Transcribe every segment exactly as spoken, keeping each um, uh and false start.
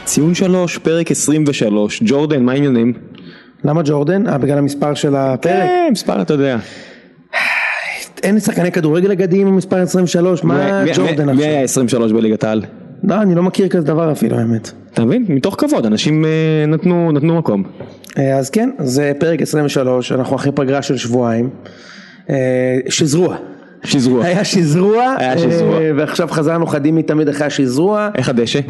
ציון שלוש, פרק עשרים ושלוש, ג'ורדן, מה העניינים? למה ג'ורדן? אה, בגלל המספר של הפרק? כן, מספר, אתה יודע. אין שחקני כדורגל אגדיים עם מספר עשרים ושלוש, מה ג'ורדן עכשיו? מי היה עשרים ושלוש בליגת העל? לא, אני לא מכיר כזה דבר אפילו, האמת. אתה מבין? מתוך כבוד, אנשים נתנו, נתנו מקום. אז כן, זה פרק עשרים ושלוש, אנחנו אחרי פגרה של שבועיים. שזרוע. שזרוע. היה שזרוע. היה שזרוע. ועכשיו חזרנו חדים מתמיד אחרי השזרוע. איך הדשא?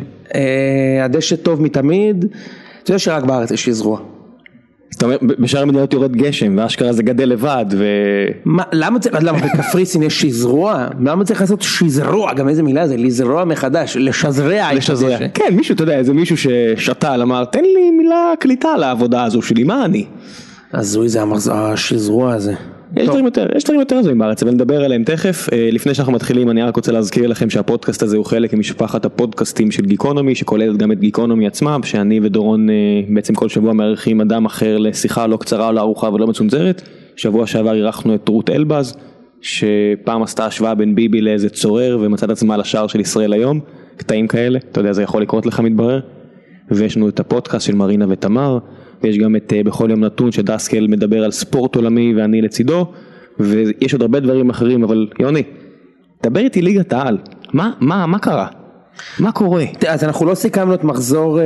הדשא טוב מתמיד. אתה יודע שרק בארץ יש שזרוע. זאת אומרת, בשאר המדינות יורד גשם, והאשכרה זה גדל לבד, ו... מה, למה צריך, למה בקפריסין יש שזרוע? למה צריך לעשות שזרוע? גם איזה מילה זה, לזרוע מחדש, לשזרע. לשזרע. כן, מישהו, אתה יודע, איזה מישהו ששתל, אמר, תן לי מילה קליטה לעבודה הזו שלי, מה אני? אז זוהי זה השזרוע הזה. יש דברים יותר, יש דברים יותר זוהים בארץ, אבל נדבר עליהם תכף. לפני שאנחנו מתחילים, אני רק רוצה להזכיר לכם שהפודקאסט הזה הוא חלק ממשפחת הפודקאסטים של גיקונומי, שכוללת גם את גיקונומי עצמה, שאני ודורון בעצם כל שבוע מארחים אדם אחר לשיחה לא קצרה או לארוחה ולא מצונזרת. שבוע שעבר אירחנו את רות אלבז, שפעם עשתה השוואה בין ביבי לאיזה צורר, ומצאת עצמה על השער של ישראל היום, קטעים כאלה, אתה יודע, זה יכול לקרות לך מתברר. ויש לנו את הפודקאסט של מרינה ותמר, ויש גם את בכל יום נתון שדסקל מדבר על ספורט עולמי ואני לצידו, ויש עוד הרבה דברים אחרים, אבל יוני, דבר איתי ליגת העל, מה, מה, מה קרה? מה קורה? אז אנחנו לא סיכמנו את מחזור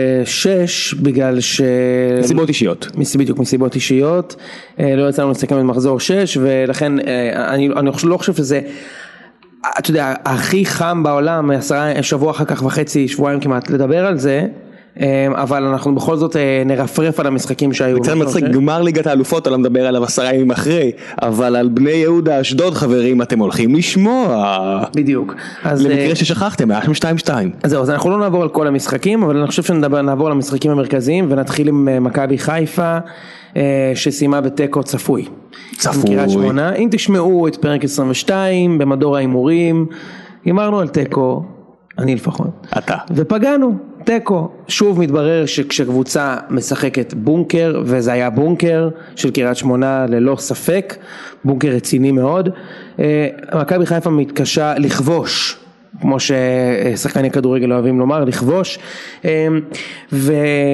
שש בגלל ש... מסיבות אישיות. בדיוק, מסיבות אישיות, לא יצאנו לסיכם את מחזור שש, ולכן אני, אני לא חושב שזה, אתה יודע, הכי חם בעולם, שבוע אחר כך וחצי, שבועיים כמעט לדבר על זה, אבל אנחנו בכל זאת נרפרף על המשחקים שהיו. קצת מצחיק, גמר ליגת האלופות, אני מדבר עליו עשרה ימים אחרי, אבל על בני יהודה אשדוד חברים אתם הולכים לשמוע. בדיוק. למקרה ששכחתם, היה שם שתיים שתיים. אז זהו, אז אנחנו לא נעבור על כל המשחקים, אבל אני חושב שנעבור על המשחקים המרכזיים, ונתחיל עם מכבי חיפה, שסיימה בתיקו צפוי. צפוי. אם תשמעו את פרק עשרים ושתיים, במדור האימורים, אמרנו על תיקו, אני לפחות. אתה. ופגענו, תיקו. שוב מתברר שכשקבוצה משחקת בונקר, וזה היה בונקר של קריית שמונה ללא ספק, בונקר רציני מאוד, מכבי חיפה מתקשה לכבוש, כמו ששחקני כדורגל אוהבים לומר, לכבוש, ו,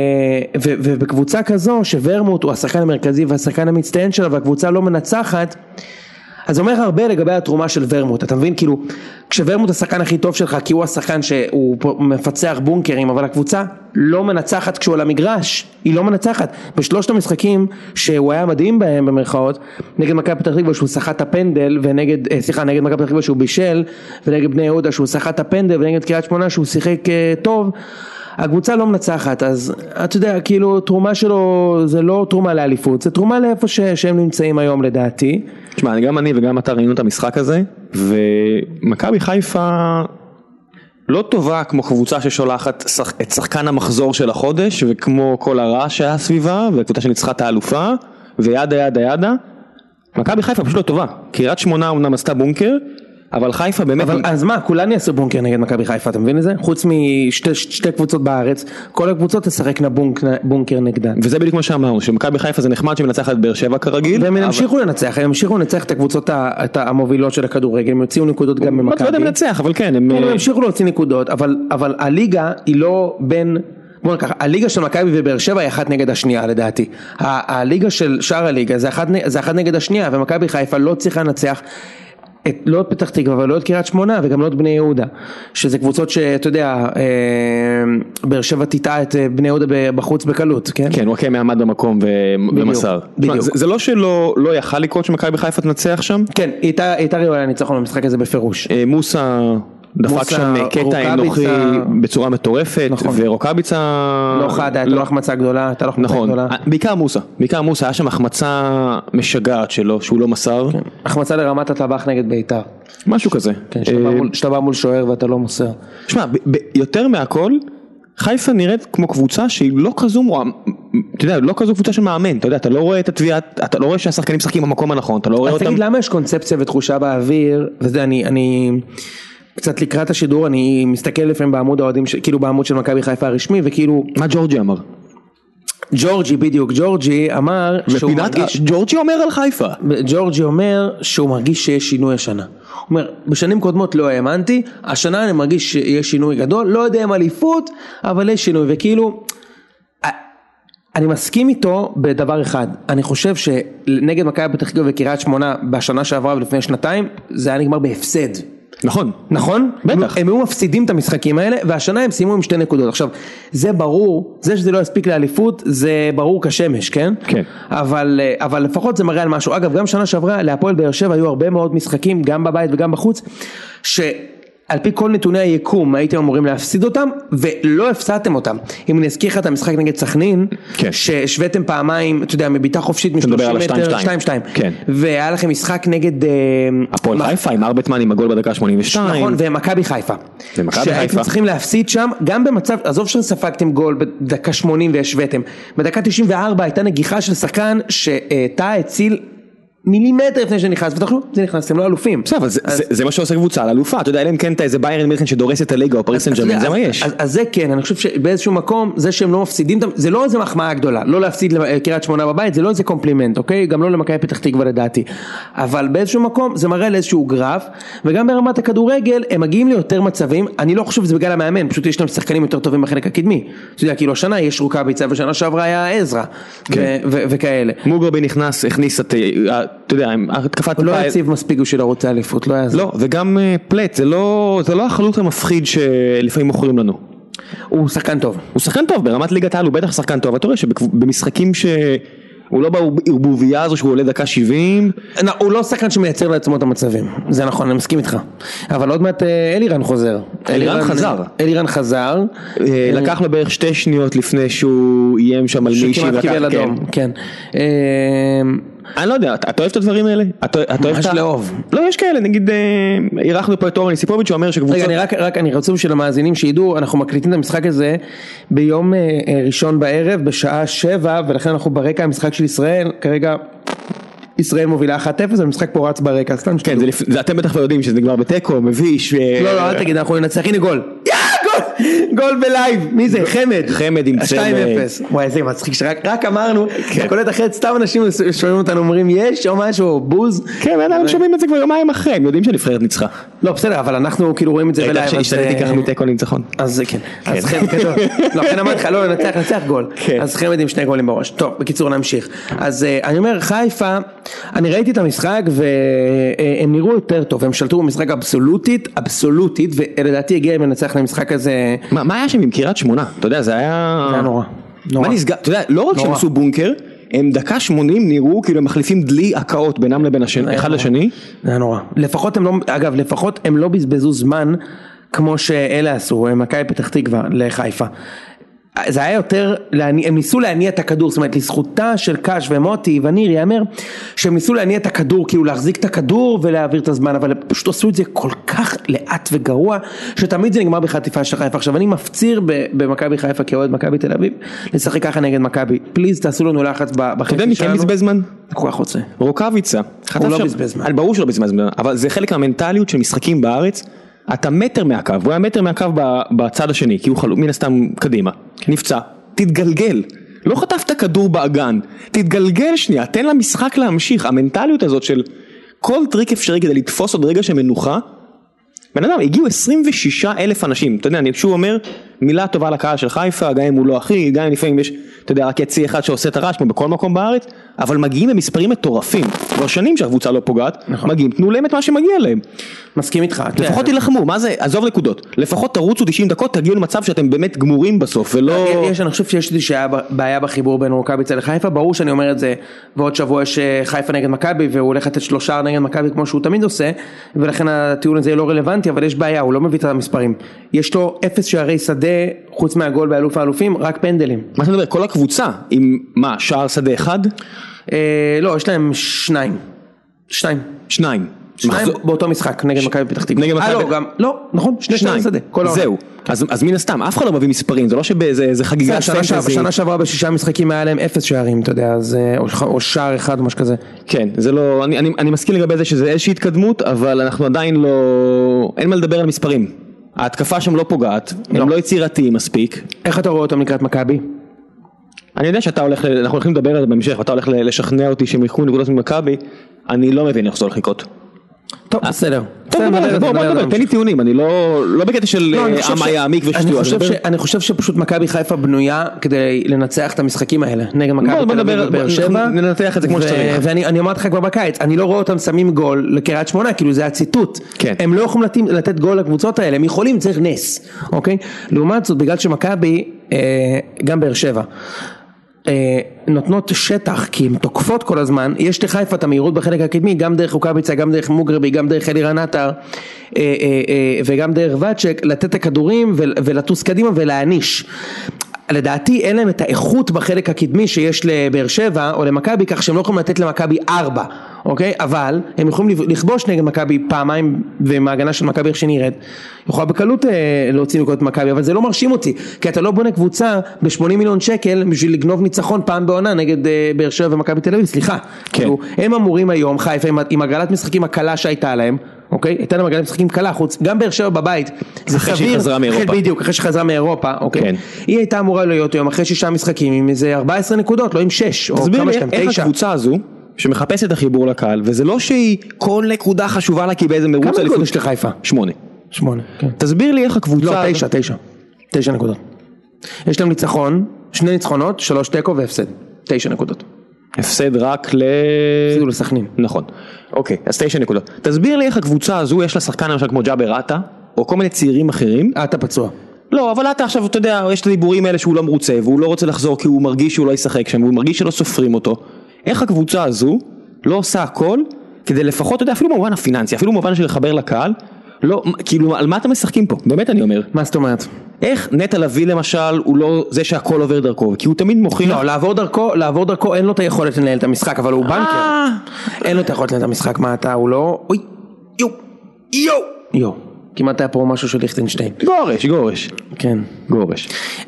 ו, ובקבוצה כזו שוורמוט הוא השחקן המרכזי והשחקן המצטיין שלה, והקבוצה לא מנצחת, אז אומר הרבה לגבי התרומה של ורמוט, אתה מבין, כאילו, כשוורמוט השחקן הכי טוב שלך, כי הוא השחקן שהוא מפצח בונקרים, אבל הקבוצה לא מנצחת כשהוא על המגרש, היא לא מנצחת, בשלושת המשחקים שהוא היה מדהים בהם במרכאות, נגד מכבי פתח תקווה שהוא שחט הפנדל, ונגד, סליחה, נגד מכבי פתח תקווה שהוא בישל, ונגד בני יהודה שהוא שחט הפנדל, ונגד קריית שמונה שהוא שיחק טוב, הקבוצה לא מנצחת, אז אתה יודע, כאילו תרומה שלו זה לא תרומה לאליפות, זה תרומה לאיפה ש, שהם נמצאים היום לדעתי. תשמע, גם אני וגם אתה ראינו את המשחק הזה, ומכבי חיפה לא טובה כמו קבוצה ששולחת את שחקן המחזור של החודש, וכמו כל הרעש שהיה סביבה, וקבוצה שניצחה את האלופה, וידה ידה ידה, מכבי חיפה פשוט לא טובה, קריית שמונה אומנם עשתה בונקר, אבל חיפה באמת... אבל אז מה, כולן יעשו בונקר נגד מכבי חיפה, אתה מבין את זה? חוץ משתי שתי קבוצות בארץ, כל הקבוצות תשחקנה בונקר נגדן. וזה בדיוק מה שאמרנו, שמכבי חיפה זה נחמד שמנצחת באר שבע כרגיל. והם ימשיכו לנצח, הם ימשיכו לנצח את הקבוצות המובילות של הכדורגל, הם יוציאו נקודות גם במכבי. לא יודע אם לנצח, אבל כן. הם ימשיכו להוציא נקודות, אבל הליגה היא לא בין... בוא נקח, הליגה של מכבי ובאר שבע היא אחת נגד השנייה לדעתי. הליגה של שאר הליגה זה אחת נגד השנייה, ומכבי חיפה לא צריכה לנצח את, לא את פתח תקווה, אבל לא את קריית שמונה, וגם לא את בני יהודה, שזה קבוצות שאתה יודע, אה, באר שבע תיטעה את בני יהודה בחוץ בקלות, כן? כן, הוא כן מעמד במקום ומסר. בדיוק. זה, זה לא שלא לא יכל לקרות שמכבי בחיפה תנצח שם? כן, הייתה ראויה ניצחון במשחק הזה בפירוש. אה, מוסה... דפק שם קטע אנוכי בצורה מטורפת, ורוקביצה לא חד, הייתה לו החמצה גדולה, הייתה לו החמצה גדולה. בעיקר מוסה, בעיקר מוסה, היה שם החמצה משגעת שלו, שהוא לא מסר. החמצה לרמת הטבח נגד בית"ר. משהו כזה. שאתה בא מול שוער ואתה לא מוסר. שמע, יותר מהכל, חיפה נראית כמו קבוצה שהיא לא כזו, אתה יודע, לא כזו קבוצה של מאמן, אתה יודע, אתה לא רואה את התביעת, אתה לא רואה שהשחקנים משחקים במקום הנכון, אתה לא רואה אותם. אז תגיד, למה יש קונספציה ותחושה באוויר, וזה אני, אני, קצת לקראת השידור, אני מסתכל לפעמים בעמוד האוהדים, כאילו בעמוד של מכבי חיפה הרשמי, וכאילו... מה ג'ורג'י אמר? ג'ורג'י בדיוק, ג'ורג'י אמר שהוא מרגיש, ג'ורג'י אומר על חיפה. ג'ורג'י אומר שהוא מרגיש שיש שינוי השנה. הוא אומר, בשנים קודמות לא האמנתי, השנה אני מרגיש שיש שינוי גדול, לא יודע אם אליפות, אבל יש שינוי, וכאילו, אני מסכים איתו בדבר אחד, אני חושב שנגד מכבי פתח תקווה וקריית שמונה בשנה שעברה ולפני שנתיים, זה היה נגמר בהפסד. נכון. נכון? בטח. הם היו מפסידים את המשחקים האלה, והשנה הם סיימו עם שתי נקודות. עכשיו, זה ברור, זה שזה לא יספיק לאליפות, זה ברור כשמש, כן? כן. אבל, אבל לפחות זה מראה על משהו. אגב, גם שנה שעברה, להפועל באר שבע היו הרבה מאוד משחקים, גם בבית וגם בחוץ, ש... על פי כל נתוני היקום הייתם אמורים להפסיד אותם ולא הפסדתם אותם. אם אני אזכיר לך את המשחק נגד סכנין, כן. ששוויתם פעמיים, אתה יודע, מביתה חופשית משלושים מטר, שתיים שתיים. כן. והיה לכם משחק נגד הפועל מה... חיפה עם ארבטמן עם הגול בדקה שמונים ושתיים. נכון, ומכבי חיפה. ומכבי חיפה. שהייתם צריכים להפסיד שם, גם במצב, עזוב שספגתם גול בדקה שמונים והשוויתם. בדקה תשעים וארבע הייתה נגיחה של שחקן שתא הציל מילימטר לפני שנכנס, ותחשבו, זה נכנס, הם לא אלופים. בסדר, אבל זה מה שעושה קבוצה, לאלופה, אתה יודע, אליהם כן, איזה ביירן מינכן שדורס את הליגה, או פריס סן ז'רמן, זה מה יש. אז זה כן, אני חושב שבאיזשהו מקום, זה שהם לא מפסידים, זה לא איזה מחמאה גדולה, לא להפסיד לקריית שמונה בבית, זה לא איזה קומפלימנט, אוקיי? גם לא למכבי פתח תקווה לדעתי. אבל באיזשהו מקום, זה מראה לאיזשהו גרף, וגם ברמת הכדורגל, הם מגיעים ליותר מצבים, אני לא חושב שזה בגלל המאמן, פשוט יש להם שחקנים יותר טובים בחלק הקדמי. אתה יודע, כאילו השנה יש רוקאביצה, ושנה שעברה היה עזרא, וכאלה. מוגרבי נכנס, הכניס את, אתה יודע, הוא לא יציב מספיק בשביל ערוץ האליפות, לא יעזור. לא, וגם פלט, זה לא, זה לא החלוץ המפחיד שלפעמים מוכרים לנו. הוא שחקן טוב. הוא שחקן טוב, ברמת ליגת העל הוא בטח שחקן טוב, אתה רואה שבמשחקים שהוא לא בערבוביה הזו שהוא עולה דקה שבעים. הוא לא שחקן שמייצר לעצמו את המצבים, זה נכון, אני מסכים איתך. אבל עוד מעט אלירן חוזר. אלירן חזר. אלירן חזר. לקח לו בערך שתי שניות לפני שהוא איים שם על מישהי. שכמעט קיבל אדום, כן. אני לא יודע, אתה אוהב את הדברים האלה? ממש לאהוב. לא, יש כאלה, נגיד, אירחנו פה את אורן סיפוביץ' שאומר שקבוצות... רגע, אני רק, רק, אני רוצה בשביל המאזינים שידעו, אנחנו מקליטים את המשחק הזה ביום ראשון בערב, בשעה שבע, ולכן אנחנו ברקע המשחק של ישראל, כרגע... ישראל מובילה אחת אפס, המשחק פה רץ ברקע, סתם כן, זה אתם בטח לא יודעים שזה נגמר בתיקו, מביש. לא, לא, אל תגיד, אנחנו ננצח, הנה גול. גול בלייב, מי זה? חמד. חמד עם צמד. שתיים אפס. וואי, זה מצחיק שרק אמרנו, קולט אחרת, סתם אנשים שומעים אותנו, אומרים יש או משהו, בוז. כן, אנחנו שומעים את זה כבר יומיים אחרי, הם יודעים שנבחרת ניצחה. לא, בסדר, אבל אנחנו כאילו רואים את זה בלייב. השתדלתי ככה מתיקו לניצחון. אז כן. אז חמד, גדול. לא, כן אמרתי לך, לא, נצח, נצח גול. אז חמד עם שני גולים בראש. טוב, בקיצור נמשיך. אז אני אומר, חיפה, אני ראיתי את המשחק והם נראו יותר טוב, הם שלטו במשחק אבסולוטית, אבסולוטית, ולדעתי הגיע עם לנצח למשחק הזה. מה היה שם עם קריית שמונה? אתה יודע, זה היה... זה היה נורא. מה נסגר? אתה יודע, לא רק שהם עשו בונקר, הם דקה שמונים נראו כאילו הם מחליפים דלי הקאות בינם לבין אחד לשני. זה היה נורא. לפחות הם לא, אגב, לפחות הם לא בזבזו זמן כמו שאלה עשו, מכבי פתח תקווה לחיפה. זה היה יותר, הם ניסו להניע את הכדור, זאת אומרת לזכותה של קש ומוטי וניר יאמר שהם ניסו להניע את הכדור, כאילו להחזיק את הכדור ולהעביר את הזמן, אבל פשוט עשו את זה כל כך לאט וגרוע שתמיד זה נגמר בחטיפה של חיפה. עכשיו אני מפציר במכבי חיפה כאוהד מכבי תל אביב לשחק ככה נגד מכבי, פליז תעשו לנו לחץ בחצי שלנו. אתה יודע מי כן בזבז זמן? כל כך רוצה רוקאביצה, הוא לא בזבז זמן, ברור שלא בזבז זמן, אבל זה חלק מהמנטליות של משחקים בארץ. אתה מטר מהקו, הוא היה מטר מהקו בצד השני, כי הוא חלוק מן הסתם קדימה, נפצע, תתגלגל, לא חטפת כדור באגן, תתגלגל שנייה, תן למשחק להמשיך, המנטליות הזאת של כל טריק אפשרי כדי לתפוס עוד רגע שמנוחה, בן אדם, הגיעו עשרים ושישה אלף אנשים, אתה יודע, אני שוב אומר, מילה טובה לקהל של חיפה, גם אם הוא לא הכי, גם אם לפעמים יש, אתה יודע, רק יציא אחד שעושה את הרעש, כמו בכל מקום בארץ, אבל מגיעים במספרים מטורפים, כבר שנים שהקבוצה לא פוגעת, מגיעים, תנו להם את מה שמגיע להם. מסכים איתך. לפחות תלחמו, מה זה, עזוב נקודות, לפחות תרוצו תשעים דקות, תגיעו למצב שאתם באמת גמורים בסוף, ולא... יש, אני חושב שיש לי שהיה בעיה בחיבור בין רוקאביצה לחיפה, ברור שאני אומר את זה, ועוד שבוע יש חיפה נגד מכבי, והוא הולך לתת שלושה נגד מכבי כמו שהוא תמיד עושה, ולכן הטיעון הזה לא רלוונטי, אבל יש בעיה, הוא לא מביא את המספרים. יש לו אפס שערי שדה, חוץ מהגול באלוף האלופים, רק פנדלים. מה אתה מדבר, כל הקבוצה, עם מה, שער שדה אחד? אה, לא, יש להם שניים. שניים. שניים. שניים באותו משחק, נגד מכבי פתח תקווה. נגד מכבי... אה, לא, גם, לא, נכון, שני שערי שדה. זהו. אז מן הסתם, אף אחד לא מביא מספרים, זה לא שבאיזה חגיגה פנטזי. בשנה שעברה בשישה משחקים היה להם אפס שערים, אתה יודע, או שער אחד או משהו כזה. כן, זה לא, אני מסכים לגבי זה שזה איזושהי התקדמות, אבל אנחנו עדיין לא, אין מה לדבר על מספרים. ההתקפה שם לא פוגעת, הם לא יצירתיים מספיק. איך אתה רואה אותם לקראת מכבי? אני יודע שאתה הולך, אנחנו הולכים לדבר על זה בהמשך, ואתה הולך לשכנע אותי שהם יקחו נקודות ממכבי, אני לא מבין איך זה הולך לקרות. טוב, בסדר. טוב, בוא נדבר, תן לי טיעונים, אני לא בקטע של עם היעמיק ושטויות. אני חושב שפשוט מכבי חיפה בנויה כדי לנצח את המשחקים האלה, נגד מכבי תל אביב ובאר שבע. ננתח את זה כמו שצריך. ואני אמרתי לך כבר בקיץ, אני לא רואה אותם שמים גול לקריית שמונה, כאילו זה הציטוט. הם לא יכולים לתת גול לקבוצות האלה, הם יכולים, צריך נס, אוקיי? לעומת זאת, בגלל שמכבי, גם באר שבע, נותנות שטח כי הן תוקפות כל הזמן, יש לחיפה את המהירות בחלק הקדמי, גם דרך רוקאביצה, גם דרך מוגרבי, גם דרך אלירן עטר וגם דרך ואצ'ק, לתת את הכדורים ולטוס קדימה ולהניש. לדעתי אין להם את האיכות בחלק הקדמי שיש לבאר שבע או למכבי, כך שהם לא יכולים לתת למכבי ארבע, אוקיי? אבל הם יכולים לכבוש נגד מכבי פעמיים, ומהגנה של מכבי איך שנראית יכולה בקלות להוציא נקודות מכבי, אבל זה לא מרשים אותי, כי אתה לא בונה קבוצה ב-שמונים מיליון שקל בשביל לגנוב ניצחון פעם בעונה נגד באר שבע ומכבי תל אביב, סליחה. כאילו, הם אמורים היום, חיפה עם הגרלת משחקים הקלה שהייתה להם, אוקיי? הייתה להם הגרלת משחקים קלה חוץ, גם באר שבע בבית, זה סביר, בדיוק, אחרי שחזרה מאירופה, אוקיי? היא הייתה אמורה להיות היום אחרי שישה משחקים עם איזה ארבע עשרה נקודות, לא עם שש, או כמה שאתם, איך הקבוצה הזו שמחפשת את החיבור לקהל, וזה לא שהיא כל נקודה חשובה לה כי באיזה מרוץ כמה נקודות יש לחיפה? שמונה. שמונה, כן. תסביר לי איך הקבוצה... לא, תשע, תשע. תשע נקודות. יש להם ניצחון, שני ניצחונות, שלוש תיקו והפסד. תשע נקודות. הפסד רק ל... הפסדו לסכנין. נכון. אוקיי, אז תשע נקודות. תסביר לי איך הקבוצה הזו, יש לה שחקן למשל כמו ג'אבר עטה, או כל מיני צעירים אחרים. עטה פצוע. לא, אבל אתה עכשיו, אתה יודע, יש את הדיבורים האלה שהוא לא מרוצה, והוא לא רוצה לחזור כי הוא מרגיש שהוא לא ישחק שם, והוא מרגיש שלא סופרים אותו. איך הקבוצה הזו לא עושה הכל כדי לפחות, אתה יודע, אפילו במובן הפיננסי, אפילו במובן של לחבר לקהל, לא, כאילו, על מה אתם משחקים פה? באמת אני אומר. מה זאת אומרת? איך נטע לביא למשל, הוא לא זה שהכל עובר דרכו, כי הוא תמיד מוכיח... לא, לעבור דרכו, לעבור דרכו, אין לו את היכולת לנהל את המשחק, אבל הוא בנקר. אין לו את היכולת לנהל את המשחק, מה אתה, הוא לא... אוי, יו, יו, יו. כמעט היה פה משהו של ליכטנשטיין. גורש, גורש. כן. גורש.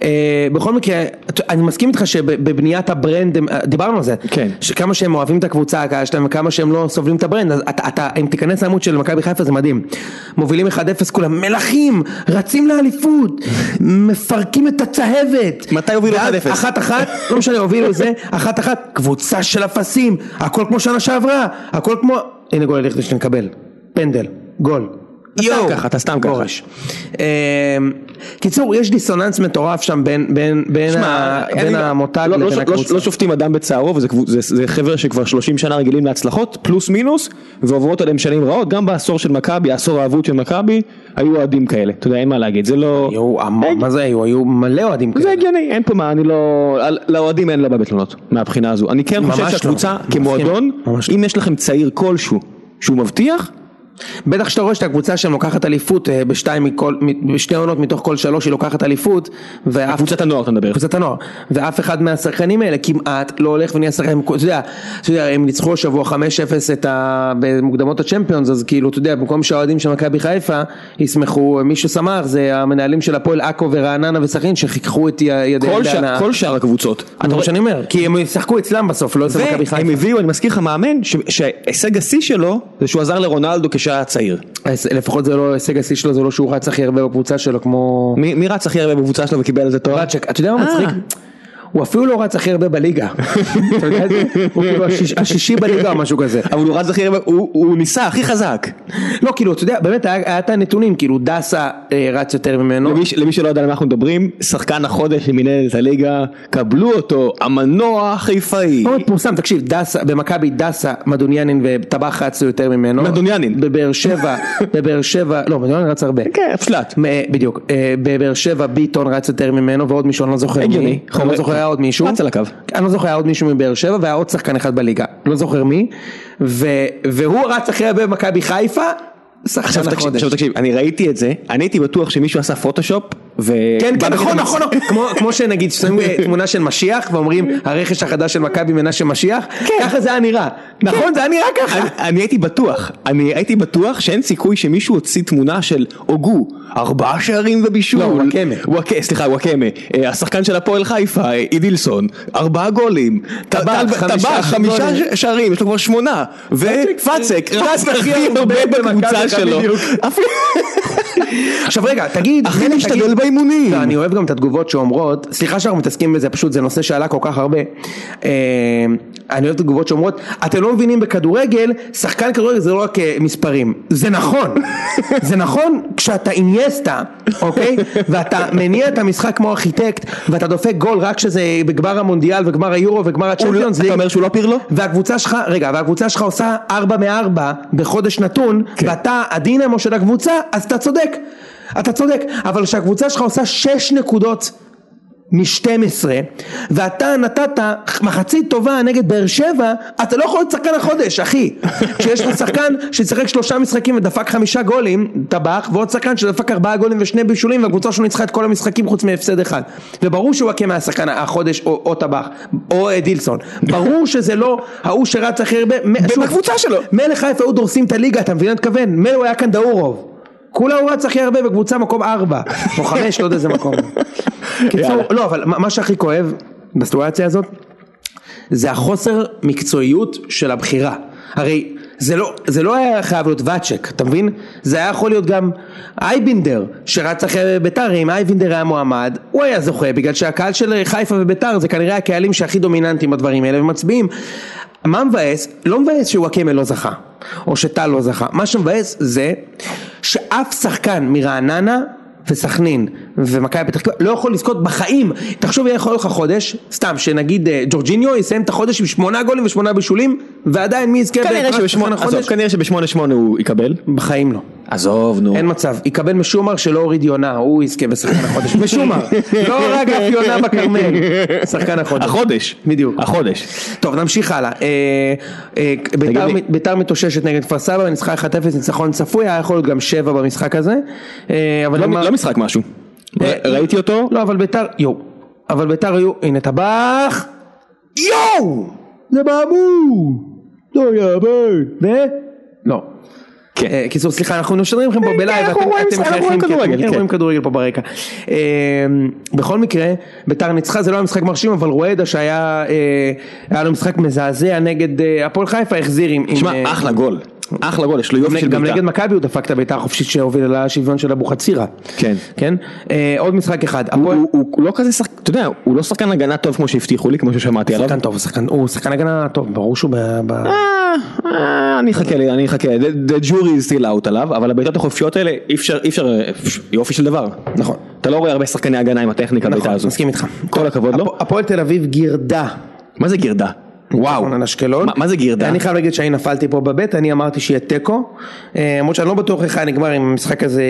בכל מקרה, אני מסכים איתך שבבניית הברנד, דיברנו על זה. כן. שכמה שהם אוהבים את הקבוצה שלהם, וכמה שהם לא סובלים את הברנד, אז אתה, אם תיכנס לעמוד של מכבי חיפה זה מדהים. מובילים אחד אפס כולם, מלכים, רצים לאליפות, מפרקים את הצהבת. מתי הובילו אחד אפס? אחת אחת, לא משנה, הובילו את זה, אחת אחת, קבוצה של אפסים, הכל כמו שנה שעברה, הכל כמו, הנה גול ליכטנשטיין קבל, פנדל, גול. יואו, אתה סתם ככה. קיצור, יש דיסוננס מטורף שם בין המותג לבין הקבוצה. לא שופטים אדם בצערו, וזה חבר שכבר שלושים שנה רגילים להצלחות, פלוס מינוס, ועוברות עליהם שנים רעות, גם בעשור של מכבי, העשור האבוד של מכבי, היו אוהדים כאלה. אתה יודע, אין מה להגיד, זה לא... מה זה היו? היו מלא אוהדים כאלה. זה הגיוני, אין פה מה, אני לא... לאוהדים אין לה בתלונות, מהבחינה הזו. אני כן חושב שהקבוצה כמועדון, אם יש לכם צעיר כלשהו, שהוא מבטיח, בטח שאתה רואה שאתה קבוצה שהם לוקחת אליפות בשתיים מכל, בשתי עונות מתוך כל שלוש היא לוקחת אליפות, קבוצת הנוער אתה מדבר. קבוצת הנוער, ואף אחד מהשחקנים האלה כמעט לא הולך ונהיה שחקנים, אתה יודע, אתה יודע, הם ניצחו השבוע חמש אפס את ה... במוקדמות הצ'מפיונס, אז כאילו, אתה יודע, במקום שהאוהדים של מכבי חיפה ישמחו, מי ששמח זה המנהלים של הפועל עכו ורעננה וסכנין שחיככו את ידיהם בהנאה. כל שאר הקבוצות. אתה רואה שאני אומר, כי הם ישחקו אצלם בסוף, לא אצל מכבי חיפה. והם הביאו, אני מזכיר לך מאמן, שהישג השיא שלו זה שהוא עזר לרונלדו כשהיה צעיר. לפחות זה לא, הישג השיא שלו זה לא שהוא רץ הכי הרבה בקבוצה שלו כמו... מי, מי רץ הכי הרבה בקבוצה שלו וקיבל על זה תואר? רצ'ק, אתה יודע מה מצחיק? הוא אפילו לא רץ הכי הרבה בליגה. אתה יודע את זה? הוא כאילו השישי בליגה או משהו כזה. אבל הוא רץ הכי הרבה, הוא ניסה הכי חזק. לא, כאילו, אתה יודע, באמת היה את הנתונים, כאילו דסה רץ יותר ממנו. למי שלא יודע למה אנחנו מדברים, שחקן החודש למנהלת הליגה, קבלו אותו, המנוע חיפאי. מאוד פורסם, תקשיב, דסה, במכבי דסה, מדוניאנין וטבח רצו יותר ממנו. מדוניאנין. בבאר שבע, בבאר שבע, לא, מדוניאנין רץ הרבה. כן, פשלט. בדיוק. בבאר שבע ביטון רץ יותר ממנו, ועוד מישהו, אני לא זוכר מי. אני לא זוכר עוד מישהו. רץ על הקו. אני לא זוכר היה עוד מישהו מבאר שבע, והיה עוד שחקן אחד בליגה. לא זוכר מי. והוא רץ אחרי הרבה במכבי חיפה, עכשיו תקשיב, אני ראיתי את זה, אני הייתי בטוח שמישהו עשה פוטושופ, כן, כן, נכון, נכון, כמו שנגיד, שמים תמונה של משיח, ואומרים, הרכש החדש של מכבי מנשה משיח, ככה זה היה נראה, נכון, זה היה נראה ככה. אני הייתי בטוח, אני הייתי בטוח שאין סיכוי שמישהו הוציא תמונה של אוגו, ארבעה שערים ובישול. לא, וואקמה. סליחה, וואקמה, השחקן של הפועל חיפה, אידילסון, ארבעה גולים, טבח, חמישה שערים, יש לו כבר שמונה, ופצק, רץ הכי הרבה בקבוצה שלו. עכשיו רגע, תגיד, הכי משתדל אימונים. אני אוהב גם את התגובות שאומרות, סליחה שאנחנו מתעסקים בזה, פשוט זה נושא שעלה כל כך הרבה, אני אוהב את התגובות שאומרות, אתם לא מבינים בכדורגל, שחקן כדורגל זה לא רק מספרים, זה נכון, זה נכון כשאתה אינייסטה, אוקיי, ואתה מניע את המשחק כמו ארכיטקט, ואתה דופק גול רק שזה בגמר המונדיאל וגמר היורו וגמר הצ'מפיונס ליג, אתה אומר שהוא לא פירלו? והקבוצה שלך, רגע, והקבוצה שלך עושה ארבע מארבע בחודש נתון, ואתה הדינמו של הקבוצה, אז אתה צודק, אתה צודק, אבל כשהקבוצה שלך עושה שש נקודות מ-שתים עשרה, ואתה נתת מחצית טובה נגד באר שבע, אתה לא יכול להיות שחקן החודש, אחי. כשיש לך שחקן שצחק שלושה משחקים ודפק חמישה גולים, טבח, ועוד שחקן שדפק ארבעה גולים ושני בישולים, והקבוצה שלו ניצחה את כל המשחקים חוץ מהפסד אחד. וברור שהוא עקם מהשחקן החודש, או, או טבח, או דילסון. ברור שזה לא ההוא שרץ הכי הרבה, בקבוצה שלו. מלך חיפה היו דורסים את הליגה, אתה מבין? תכוון, מלך הוא היה כאן דאורוב. כולה הוא רץ הכי הרבה בקבוצה מקום ארבע, או חמש, לא יודע איזה מקום. קיצור, לא, אבל מה שהכי כואב בסיטואציה הזאת, זה החוסר מקצועיות של הבחירה. הרי זה לא, זה לא היה חייב להיות ואצ'ק, אתה מבין? זה היה יכול להיות גם אייבינדר, שרץ אחרי ביתר, אם אייבינדר היה מועמד, הוא היה זוכה, בגלל שהקהל של חיפה וביתר, זה כנראה הקהלים שהכי דומיננטיים בדברים האלה, ומצביעים. מה מבאס? לא מבאס שוואקמה לא זכה, או שטל לא זכה. מה שמבאס זה שאף שחקן מרעננה וסכנין ומכבי פתח תקווה לא יכול לזכות בחיים. תחשוב, יהיה יכול לך חודש, סתם שנגיד ג'ורג'יניו יסיים את החודש עם שמונה גולים ושמונה בישולים, ועדיין מי יזכה בשמונה חודש? כנראה שבשמונה שמונה הוא יקבל. בחיים לא. עזוב, נו. אין מצב. יקבל משומר שלא הוריד יונה, הוא יזכה בשחקן החודש. משומר. לא רק אף יונה בקרמל. שחקן החודש. החודש. בדיוק. החודש. טוב, נמשיך הלאה. ביתר מתאוששת נגד כפר סבא, ניצחה אחת אפס, ניצחון צפוי, היה יכול להיות גם שבע במשחק הזה. לא משחק משהו. ראיתי אותו. לא, אבל ביתר, יו. אבל ביתר היו, הנה טבח. יו! זה באמו! לא יאמן. ו? לא. קיצור, סליחה, אנחנו נשדרים לכם פה בלייב, אנחנו רואים כדורגל, רואים כדורגל פה ברקע. בכל מקרה, ביתר ניצחה, זה לא היה משחק מרשים, אבל רואדה שהיה לו משחק מזעזע נגד הפועל חיפה, החזיר עם... תשמע, אחלה גול. אחלה גול, יש לו יופי של ביתה. גם נגד מכבי הוא דפק את הביתה החופשית שהובילה לשוויון של אבו חצירה. כן. כן? עוד משחק אחד. הוא לא כזה שחקן, אתה יודע, הוא לא שחקן הגנה טוב כמו שהבטיחו לי, כמו ששמעתי עליו. שחקן טוב, הוא שחקן הגנה טוב, ברור שהוא ב... אני אחכה לי, אני אחכה. The jury is still out עליו, אבל הביתות החופשיות האלה, אי אפשר, אי אפשר, יופי של דבר. נכון. אתה לא רואה הרבה שחקני הגנה עם הטכניקה הביתה הזו. נכון, מסכים איתך. כל הכבוד לו. הפועל תל אביב גירדה. מה זה גירדה? וואו, מה זה גירדה? אני חייב להגיד שאני נפלתי פה בבית, אני אמרתי שיהיה טקו, למרות שאני לא בטוח איך נגמר עם המשחק הזה.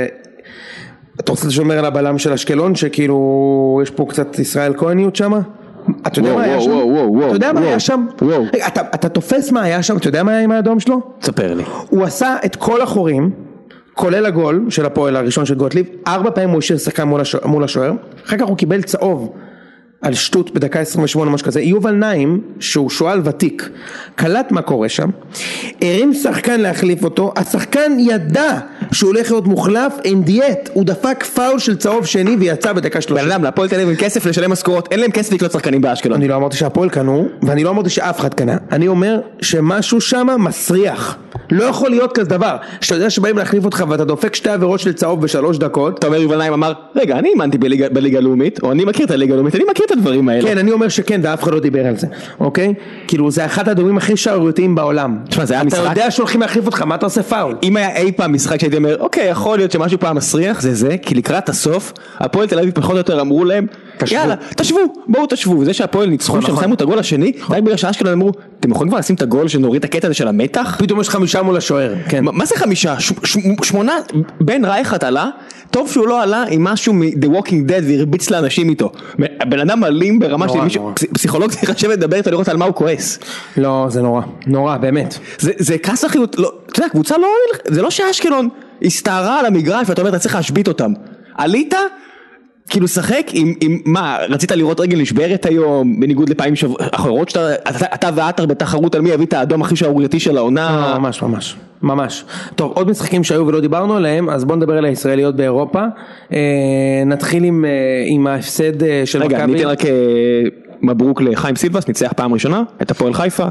אתה רוצה לשומר על הבלם של אשקלון, שכאילו יש פה קצת ישראל כהניות שם? אתה יודע מה היה שם? אתה יודע מה היה שם? אתה תופס מה היה שם? אתה יודע מה היה עם האדום שלו? תספר לי. הוא עשה את כל החורים, כולל הגול של הפועל הראשון של גוטליב, ארבע פעמים הוא השאיר שחקן מול השוער, אחר כך הוא קיבל צהוב על שטות בדקה עשרים ושמונה משהו כזה. יובל נעים שהוא שואל ותיק קלט מה קורה שם, הרים שחקן להחליף אותו, השחקן ידע שהוא הולך להיות מוחלף, אין דיאט, הוא דפק פאול של צהוב שני ויצא בדקה שלושים. בן אדם, להפועל תל אביב עם כסף לשלם משכורות, אין להם כסף לקנות שחקנים באשקלון. אני לא אמרתי שהפועל קנו, ואני לא אמרתי שאף אחד קנה, אני אומר שמשהו שם מסריח, לא יכול להיות כזה דבר, שאתה יודע שבאים להחליף אותך ואתה דופק שתי עבירות של צהוב בשלוש דקות. אתה אומר יובל נעים אמר, רגע, אני אימנתי בליגה הלאומית, או אני מכיר את הליגה הלאומית, אני מכיר את הדברים האלה. כן, אני אומר שכן, ואף אחד לא דיבר על זה, אוקיי? כאילו, זה אחד הדברים הכי שערורייתיים בעולם. תשמע, זה היה משחק. אתה יודע שהולכים להחליף אותך, מה אתה עושה פאול? אם היה אי פעם משחק שהייתי אומר, אוקיי, יכול להיות שמשהו פעם מסריח, זה זה, כי לקראת הסוף, הפועל תל אביב פחות או יותר אמרו להם, יאללה, תשבו, בואו תשבו. זה שהפועל ניצחו, שהם שמו את הגול השני, די בגלל שאשקלון אמרו, אתם יכולים כבר לשים את הגול שנוריד את הקטע הזה של המתח? פתאום יש חמישה מול השוער. מה זה חמישה? שמונה, בן רייכת עלה, טוב שהוא לא עלה עם משהו מ-The Walking Dead והרביץ לאנשים איתו. בן אדם מעלים ברמה של מישהו, פסיכולוג צריך לשבת לדבר איתו לראות על מה הוא כועס. לא, זה נורא, נורא, באמת. זה כעס אחריות, אתה יודע, קבוצה לא, זה לא שאשקלון הסתערה על המגרש ואתה אומר, אתה צריך להשבית אותם. עלית, כאילו שחק עם מה, רצית לראות רגל נשברת היום, בניגוד לפעמים אחרות שאתה ועטר בתחרות על מי הביא את האדום הכי שערורייתי של העונה. ממש, ממש, ממש. טוב, עוד משחקים שהיו ולא דיברנו עליהם, אז בואו נדבר על הישראליות באירופה. נתחיל עם ההפסד של מכבי. רגע, ניתן רק מברוק לחיים סילבס, ניצח פעם ראשונה, את הפועל חיפה.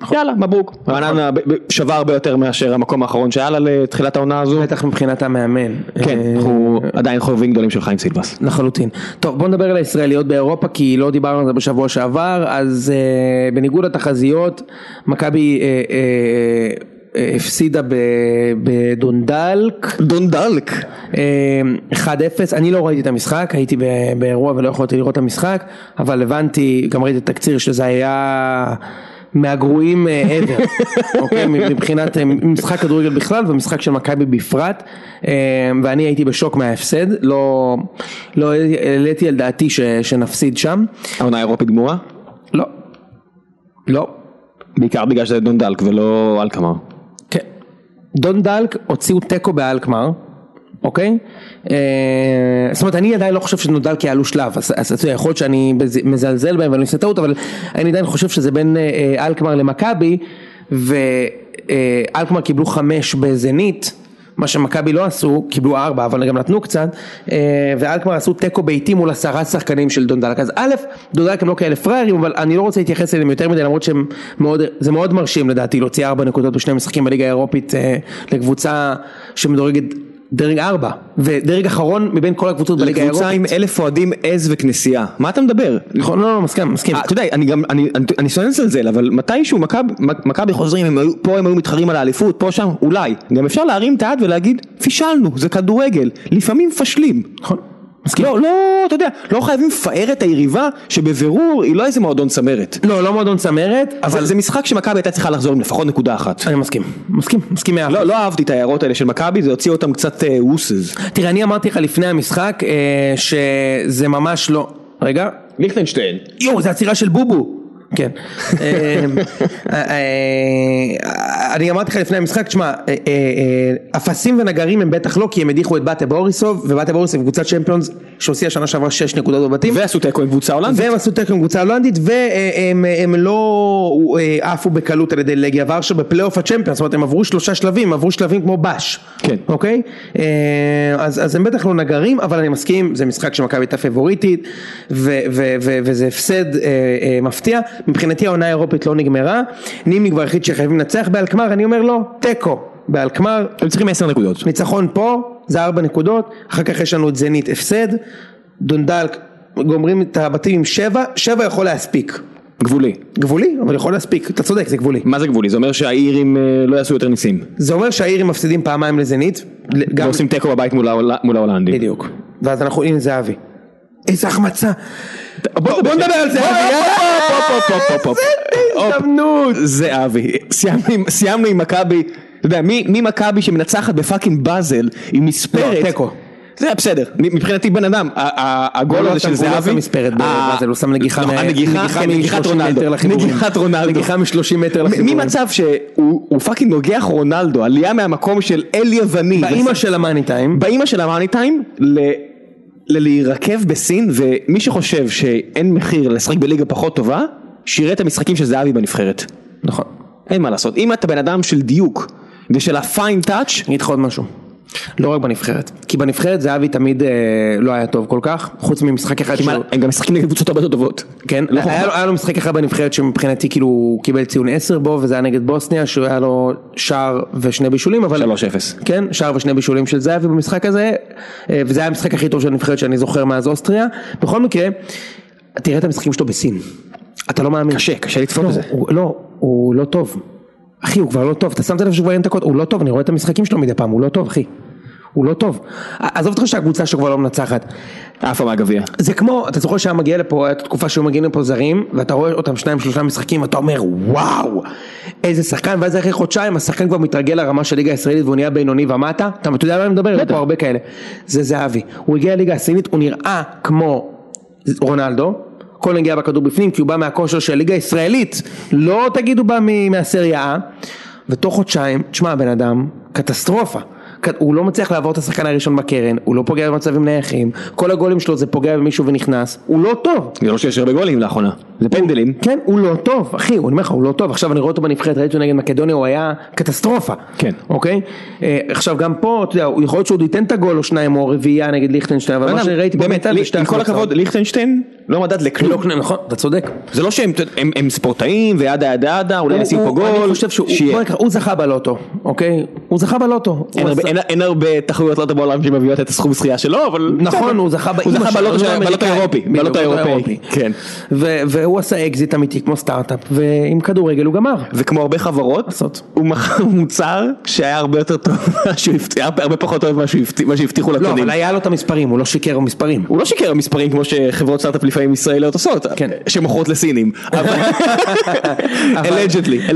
יאללה, מברוק. רעננה שווה הרבה יותר מאשר המקום האחרון שהיה לה לתחילת העונה הזו. בטח מבחינת המאמן. כן, אנחנו עדיין חובבים גדולים של חיים סילבס. לחלוטין. טוב, בוא נדבר על הישראליות באירופה, כי לא דיברנו על זה בשבוע שעבר, אז בניגוד לתחזיות, מכבי הפסידה בדונדלק. דונדלק. אחד אפס, אני לא ראיתי את המשחק, הייתי באירוע ולא יכולתי לראות את המשחק, אבל הבנתי, גם ראיתי את התקציר שזה היה מהגרועים ever, אוקיי? מבחינת משחק כדורגל בכלל ומשחק של מכבי בפרט, ואני הייתי בשוק מההפסד, לא העליתי על דעתי שנפסיד שם. העונה האירופית גמורה? לא. לא. בעיקר בגלל שזה דונדלק ולא אלקמר. כן. דונדלק הוציאו טקו באלקמר, אוקיי? זאת אומרת, אני עדיין לא חושב שדונדלק יעלו שלב, אז יכול להיות שאני מזלזל בהם ואני עושה טעות, אבל אני עדיין חושב שזה בין אלקמר למכבי, ואלקמר קיבלו חמש בזנית, מה שמכבי לא עשו, קיבלו ארבע, אבל גם נתנו קצת, ואלקמר עשו טקו ביתי מול עשרה שחקנים של דונדלק. אז א', דונדלק הם לא כאלה פריירים, אבל אני לא רוצה להתייחס אליהם יותר מדי, למרות שזה מאוד מרשים לדעתי, להוציא ארבע נקודות בשני משחקים בליגה האירופית, לקבוצה שמדורגת דרג ארבע, ודרג אחרון מבין כל הקבוצות בליגה האירופית. לקבוצה עם אלף אוהדים עז וכנסייה. מה אתה מדבר? נכון, לא, לא, מסכים, מסכים. אתה יודע, אני גם, אני, אני סוננס על זה, אבל מתישהו מכבי חוזרים, פה הם היו מתחרים על האליפות, פה שם, אולי. גם אפשר להרים את היד ולהגיד, פישלנו, זה כדורגל. לפעמים פשלים. נכון. לא, לא, אתה יודע, לא חייבים לפאר את היריבה שבבירור היא לא איזה מועדון צמרת. לא, לא מועדון צמרת, אבל זה משחק שמכבי הייתה צריכה לחזור עם לפחות נקודה אחת. אני מסכים, מסכים, מסכים מאה אחוז. לא, לא אהבתי את ההערות האלה של מכבי, זה הוציא אותם קצת ווסז. תראה, אני אמרתי לך לפני המשחק שזה ממש לא, רגע. ליכטנשטיין. יו, זה הצירה של בובו. כן. אני אמרתי לך לפני המשחק, תשמע, אפסים ונגרים הם בטח לא, כי הם הדיחו את באטה בוריסוב, ובאטה בוריסוב קבוצת צ'מפיונס שהוציאה שנה שעברה שש נקודות בבתים. ועשו טקו עם קבוצה הולנדית. והם עשו טקו עם קבוצה הולנדית, והם לא עפו בקלות על ידי לגיה ורשה בפלייאוף הצ'מפיונס, זאת אומרת, הם עברו שלושה שלבים, עברו שלבים כמו בש. כן. אוקיי? אז הם בטח לא נגרים, אבל אני מסכים, זה משחק שמכבי הייתה פייבוריטית, וזה הפסד מפתיע. מבחינתי העונה האירופית לא נגמרה, נימני כבר החליט שחייבים לנצח באלקמר, אני אומר לו, טקו, באלקמר, הם צריכים עשר נקודות. ניצחון פה, זה ארבע נקודות, אחר כך יש לנו את זנית הפסד, דונדלק, גומרים את הבתים עם שבע, שבע יכול להספיק. גבולי. גבולי, אבל יכול להספיק, אתה צודק, זה גבולי. מה זה גבולי? זה אומר שהאירים לא יעשו יותר ניסים. זה אומר שהאירים מפסידים פעמיים לזנית. ועושים טקו בבית מול ההולנדים. בדיוק. ואז אנחנו, הנה זה אבי. איזה החמצה. בוא נדבר על זה. זה אבי. סיימנו עם מכבי, אתה יודע, מי מכבי שמנצחת בפאקינג באזל עם מספרת. טקו. זה היה בסדר, מבחינתי בן אדם, הגול הזה של זהבי, הוא מספרת בבאזל, הוא שם נגיחה נגיחת רונלדו, נגיחת רונלדו, נגיחה מ-שלושים מטר לחיבורים. ממצב שהוא פאקינג נוגח רונלדו, עלייה מהמקום של אל יווני, באמא של המאני טיים, באמא של המאני טיים, להירקב בסין, ומי שחושב שאין מחיר לשחק בליגה פחות טובה, שירה את המשחקים של זהבי בנבחרת. נכון. אין מה לעשות, אם אתה בן אדם של דיוק, ושל הפיין טאץ', אני אתך עוד משהו. לא רק בנבחרת, כי בנבחרת זהבי תמיד אה, לא היה טוב כל כך, חוץ ממשחק אחד שהוא... הם גם משחקים נגד קבוצות הרבה יותר טובות. כן, לא היה, לו, היה לו משחק אחד בנבחרת שמבחינתי כאילו הוא קיבל ציון עשר בו, וזה היה נגד בוסניה, שהוא היה לו שער ושני בישולים, אבל... שלוש אפס. כן, שער ושני בישולים של זהבי במשחק הזה, וזה היה המשחק הכי טוב של הנבחרת שאני זוכר מאז אוסטריה. בכל מקרה, תראה את המשחקים שלו בסין. אתה לא מאמין. קשה, קשה לצפות בזה. הוא, לא, הוא לא טוב. אחי, הוא כבר לא טוב. אתה שמת לב שכבר אין תקות, הוא לא טוב, אני רואה את המשחקים שלו מדי פעם, הוא לא טוב, אחי. הוא לא טוב. עזוב אותך שהקבוצה שכבר לא מנצחת. אף מהגביע. זה כמו, אתה זוכר שהיה מגיע לפה, הייתה תקופה שהוא מגיע לפה זרים, ואתה רואה אותם שניים שלושה משחקים, ואתה אומר, וואו, איזה שחקן, ואז אחרי חודשיים, השחקן כבר מתרגל לרמה של ליגה הישראלית, והוא נהיה בינוני ומטה, אתה יודע מה אני מדבר? יש פה הרבה כאלה. זה זהבי. הוא הגיע לליגה הישראלית, הוא נראה כמו רונלדו, כל נגיע בכדור בפנים, כי הוא בא מהכושר של ליגה הישראלית, לא תגידו בא מהסריה, ותוך חודשיים, תשמע, הבן אדם, קטסטרופה. הוא לא מצליח לעבור את השחקן הראשון בקרן, הוא לא פוגע במצבים נייחים, כל הגולים שלו זה פוגע במישהו ונכנס, הוא לא טוב. זה לא שיש הרבה גולים לאחרונה. זה פנדלים. כן, הוא לא טוב, אחי, הוא אומר לך, הוא לא טוב, עכשיו אני רואה אותו בנבחרת, ראיתי נגד מקדוניה, הוא היה קטסטרופה. כן. אוקיי? עכשיו גם פה, אתה יודע, הוא יכול להיות שהוא ייתן את הגול או שניים, או רביעייה נגד ליכטנשטיין, אבל מה שראיתי באמת, עם כל הכבוד, ליכטנשטיין לא מדד לכלום. נכון, אתה צודק. זה לא שהם ספורטאים, וידה ידה ידה, אולי נשים פה גול. אני חושב שהוא זכה בלוטו, אוקיי? הוא זכה בלוטו. אין הרבה תחרויות לוטו בעולם שמביאות את הסכום זכייה שלו, אבל... נכון, הוא זכה בלוטו האירופי. בלוטו האירופי. כן. והוא עשה אקזיט אמיתי כמו סטארט-אפ, ועם כדורגל הוא גמר. וכמו הרבה חברות, הוא מכר מוצר שהיה הרבה יותר טוב, היה הרבה פחות טוב מה שהבטיחו לקונים. לא, אבל היה לו את המספרים, הוא לא שיקר במספרים. הוא לא שיקר במספרים כמו שחברות סטארט-אפ לפעמים ישראליות עושות, שמוכרות לסינים. allegedly,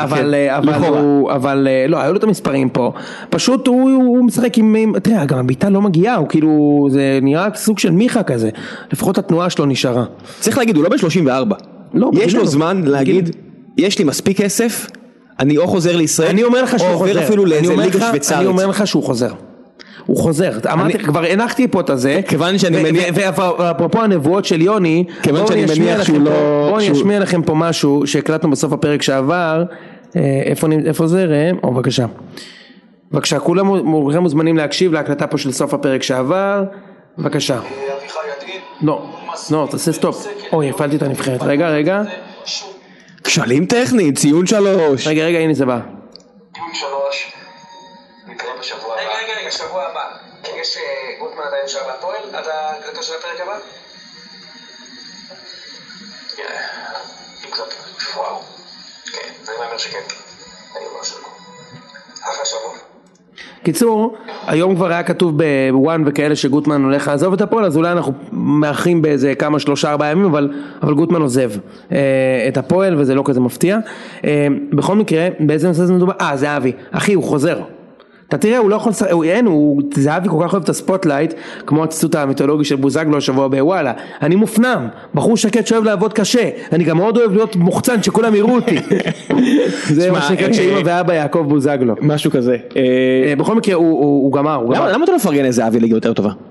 אבל לא, היו לו את המספרים פה, פשוט הוא משחק עם, תראה, גם הביטה לא מגיעה, הוא כאילו, זה נראה סוג של מיכה כזה, לפחות התנועה שלו נשארה. צריך להגיד, הוא לא ב-שלושים וארבע. יש לו זמן להגיד, יש לי מספיק כסף, אני או חוזר לישראל, או עובר אפילו לאיזה ליגה שוויצרית. אני אומר לך שהוא חוזר. הוא חוזר, אמרתי, כבר הנחתי פה את הזה, כיוון שאני מניח, ואפרופו הנבואות של יוני, כיוון שאני מניח שהוא לא, בואו אני אשמיע לכם פה משהו שהקלטנו בסוף הפרק שעבר, איפה זה ראם? או בבקשה, בבקשה, כולם מוזמנים להקשיב להקלטה פה של סוף הפרק שעבר, בבקשה. לא, לא, תעשה סטופ, אוי, הפעלתי את הנבחרת, רגע, רגע. כשלים טכניים, ציון שלוש. רגע, רגע, הנה זה בא. ציון שלוש. נתראה בשבוע הבא. רגע, רגע, רגע, שבוע הבא. יש גוטמן עדיין נשאר בהפועל עד ההקלטה של הפרק הבא? עם זאת, וואו. כן, זה אומר שכן. אני אומר שלא. אחלה שבוע. קיצור, היום כבר היה כתוב בוואן וכאלה שגוטמן הולך לעזוב את הפועל, אז אולי אנחנו מארחים באיזה כמה שלושה ארבעה ימים, אבל, אבל גוטמן עוזב אה, את הפועל וזה לא כזה מפתיע. אה, בכל מקרה, באיזה נושא זה מדובר? אה, זה אבי, אחי, הוא חוזר. אתה תראה, הוא לא יכול, הוא, אין, הוא, זהבי כל כך אוהב את הספוטלייט, כמו הציטוט המיתולוגי של בוזגלו השבוע בוואלה, אני מופנם, בחור שקט שאוהב לעבוד קשה, אני גם מאוד אוהב להיות מוחצן שכולם יראו אותי. זה מה שקרה שאמא ואבא יעקב בוזגלו. משהו כזה. בכל מקרה, הוא גמר. למה אתה לא מפרגן איזה אבי ליגה יותר טובה?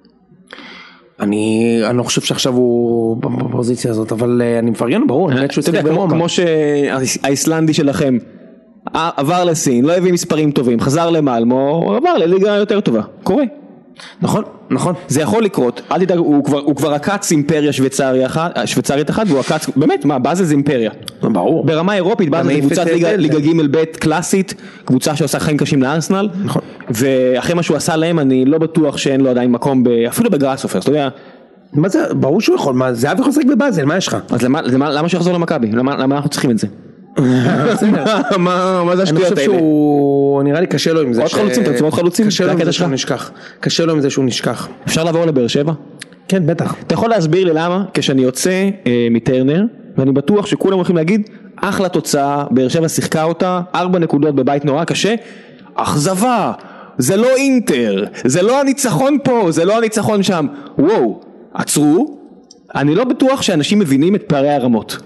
אני אני לא חושב שעכשיו הוא בפוזיציה הזאת, אבל אני מפרגן, ברור, אני באמת שהוא צריך ברומא. כמו שהאיסלנדי שלכם, עבר לסין, לא הביא מספרים טובים, חזר למלמו, עבר לליגה יותר טובה, קורה. נכון, נכון. זה יכול לקרות, אל תדאג, הוא כבר, הוא כבר עקץ אימפריה שוויצרית אחת, שוויצרית אחת, והוא עקץ, באמת, מה, באזל זה אימפריה. ברור. ברמה אירופית, באזל זה קבוצת ליגה, ליגה ג' ב' קלאסית, קבוצה שעושה חיים קשים לארסנל, נכון. ואחרי מה שהוא עשה להם, אני לא בטוח שאין לו עדיין מקום, ב, אפילו בגראסופר, אתה יודע. מה זה, ברור שהוא יכול, מה, זה אבי חוסק בבאזל, מה יש לך? אז למה, למה, למה שיחזור למכבי? למה, למה אנחנו צריכים את זה? מה זה השטויות האלה? אני חושב שהוא, נראה לי קשה לו עם זה. עוד חלוצים, אתה רוצה עוד חלוצים? קשה לו עם זה שהוא נשכח. קשה לו עם זה שהוא נשכח. אפשר לעבור לבאר שבע? כן, בטח. אתה יכול להסביר לי למה, כשאני יוצא מטרנר, ואני בטוח שכולם הולכים להגיד, אחלה תוצאה, באר שבע שיחקה אותה, ארבע נקודות בבית נורא קשה, אכזבה, זה לא אינטר, זה לא הניצחון פה, זה לא הניצחון שם. וואו, עצרו, אני לא בטוח שאנשים מבינים את פערי הרמות.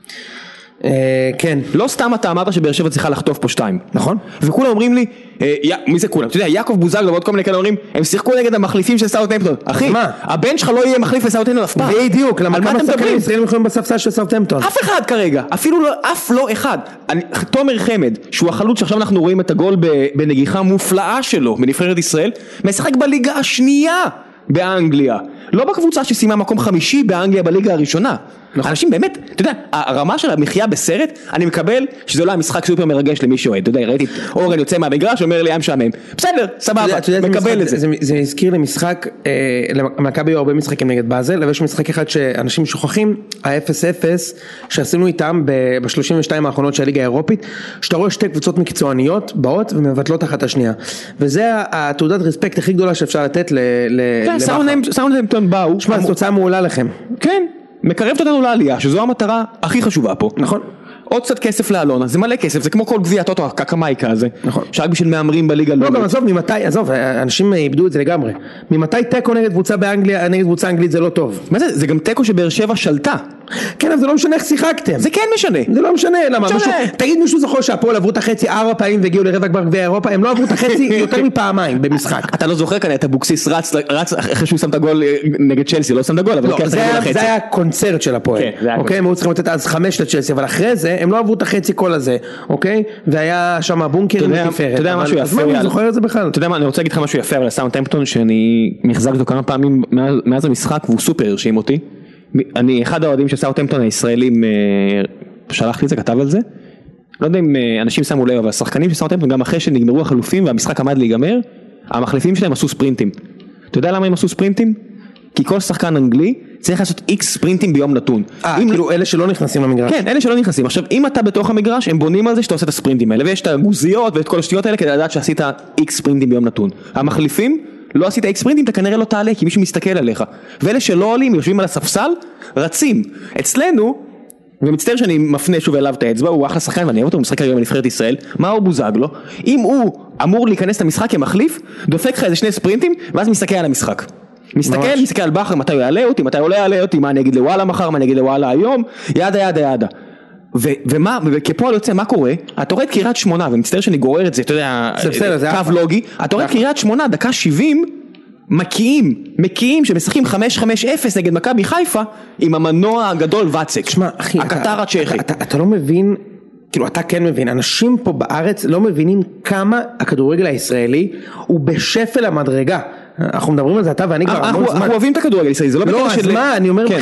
כן. לא סתם אתה אמרת שבאר שבע צריכה לחטוף פה שתיים, נכון? וכולם אומרים לי, מי זה כולם? אתה יודע, יעקב בוזגלו ועוד כל מיני כאלה אומרים, הם שיחקו נגד המחליפים של סאות'המפטון. אחי, הבן שלך לא יהיה מחליף לסאות'המפטון אף פעם. בדיוק, למה כמה שחקנים ישראלים יכולים בספסל של סאות'המפטון? אף אחד כרגע, אפילו אף לא אחד. תומר חמד, שהוא החלוץ שעכשיו אנחנו רואים את הגול בנגיחה מופלאה שלו מנבחרת ישראל, משחק בליגה השנייה באנגליה, לא בקבוצה שסיימה מקום חמישי באנגליה בליגה הראשונה. אנשים באמת, אתה יודע, הרמה של המחיה בסרט, אני מקבל שזה לא המשחק סופר מרגש למי שאוהד, אתה יודע, ראיתי אורן יוצא מהמגרש, אומר לי, היה משעמם, בסדר, סבבה, מקבל את זה. זה הזכיר לי משחק, למכבי היו הרבה משחקים נגד באזל, ויש משחק אחד שאנשים שוכחים, ה-אפס אפס, שעשינו איתם ב-שלושים ושתיים האחרונות של הליגה האירופית, שאתה רואה שתי קבוצות מקצועניות, באות ומבטלות אחת השנייה, וזה התעודת רספקט הכי גדולה שאפשר לתת סאות'המפטון באו, שמע, זו תוצאה מעולה לכם. כן. מקרבת אותנו לעלייה, שזו המטרה הכי חשובה פה. נכון. עוד קצת כסף לאלונה, זה מלא כסף, זה כמו כל גביע טוטו, הקקמייקה הזה. נכון. שרק בשביל מאמרים בליגה לא, גם עזוב, ממתי, עזוב, אנשים איבדו את זה לגמרי. ממתי טקו נגד קבוצה באנגליה, נגד קבוצה אנגלית זה לא טוב. מה זה? זה גם טקו שבאר שבע שלטה. כן, אבל זה לא משנה איך שיחקתם. זה כן משנה. זה לא משנה, למה? תגיד מישהו זוכר שהפועל עברו את החצי ארבע פעמים והגיעו לרבע גמר גביע אירופה, הם לא עברו את החצי יותר מפעמיים במשחק. אתה לא זוכר כאן את אבוקסיס רץ אחרי שהוא שם את הגול נגד צ'לסי, לא שם את הגול, אבל כן, זה היה קונצרט של הפועל. אוקיי, הם היו צריכים לתת אז חמש לצ'לסי, אבל אחרי זה הם לא עברו את החצי כל הזה, אוקיי? והיה שם בונקר מתפארת. אתה יודע משהו יפה, אני זוכר את זה בכלל. אתה יודע מה, אני רוצה להגיד לך משהו יפה על סאות'המפטון שאני מחזק אותו כמה פעמים מאז המשחק והוא סופר הרשים אותי. אני אחד האוהדים של סאות'המפטון הישראלים שלח לי את זה, כתב על זה. לא יודע אם אנשים שמו לב, אבל השחקנים של סאות'המפטון גם אחרי שנגמרו החלופים והמשחק עמד להיגמר, המחליפים שלהם עשו ספרינטים. אתה יודע למה הם עשו ספרינטים? כי כל שחקן אנגלי צריך לעשות איקס ספרינטים ביום נתון. אה, כאילו אלה שלא נכנסים למגרש. כן, אלה שלא נכנסים. עכשיו, אם אתה בתוך המגרש, הם בונים על זה שאתה עושה את הספרינטים האלה, ויש את הגוזיות ואת כל השטויות האלה כדי לדעת שעשית איקס ספרינטים ביום נתון. המחליפים, לא עשית איקס ספרינטים, אתה כנראה לא תעלה, כי מישהו מסתכל עליך. ואלה שלא עולים, יושבים על הספסל, רצים. אצלנו, ומצטער שאני מפנה שוב אליו את האצבע, הוא אחלה שחקן ואני אוהב אותו, הוא משחק היום בנבחרת ישראל. מה הוא בוזגלו? אם הוא אמור להיכנס לממשחק כמחליף, דופק לך איזה שני ספרינטים, ואז מסתכל על המשחק. מסתכל, מסתכל על בחר, מתי הוא יעלה אותי, מתי הוא לא יעלה אותי, מה אני אגיד לוואלה מחר, מה אני אגיד לוואלה היום, ידה ידה ידה. ומה, וכפועל יוצא, מה קורה? אתה רואה את קריית שמונה, ומצטער שאני גורר את זה, אתה יודע, קו לוגי, אתה רואה את קריית שמונה, דקה שבעים, מקיאים, מקיאים שמשחקים חמש חמש אפס נגד מכבי חיפה, עם המנוע הגדול וצק. תשמע, אחי, הקטר הצ'כי. אתה לא מבין, כאילו אתה כן מבין, אנשים פה בארץ לא מבינים כמה הכדורגל הישראלי הוא בשפל המדרגה. אנחנו מדברים על זה אתה ואני כבר המון זמן. אנחנו אוהבים את הכדורגל הישראלי, זה לא בקטע של... לא, אז מה, אני אומר,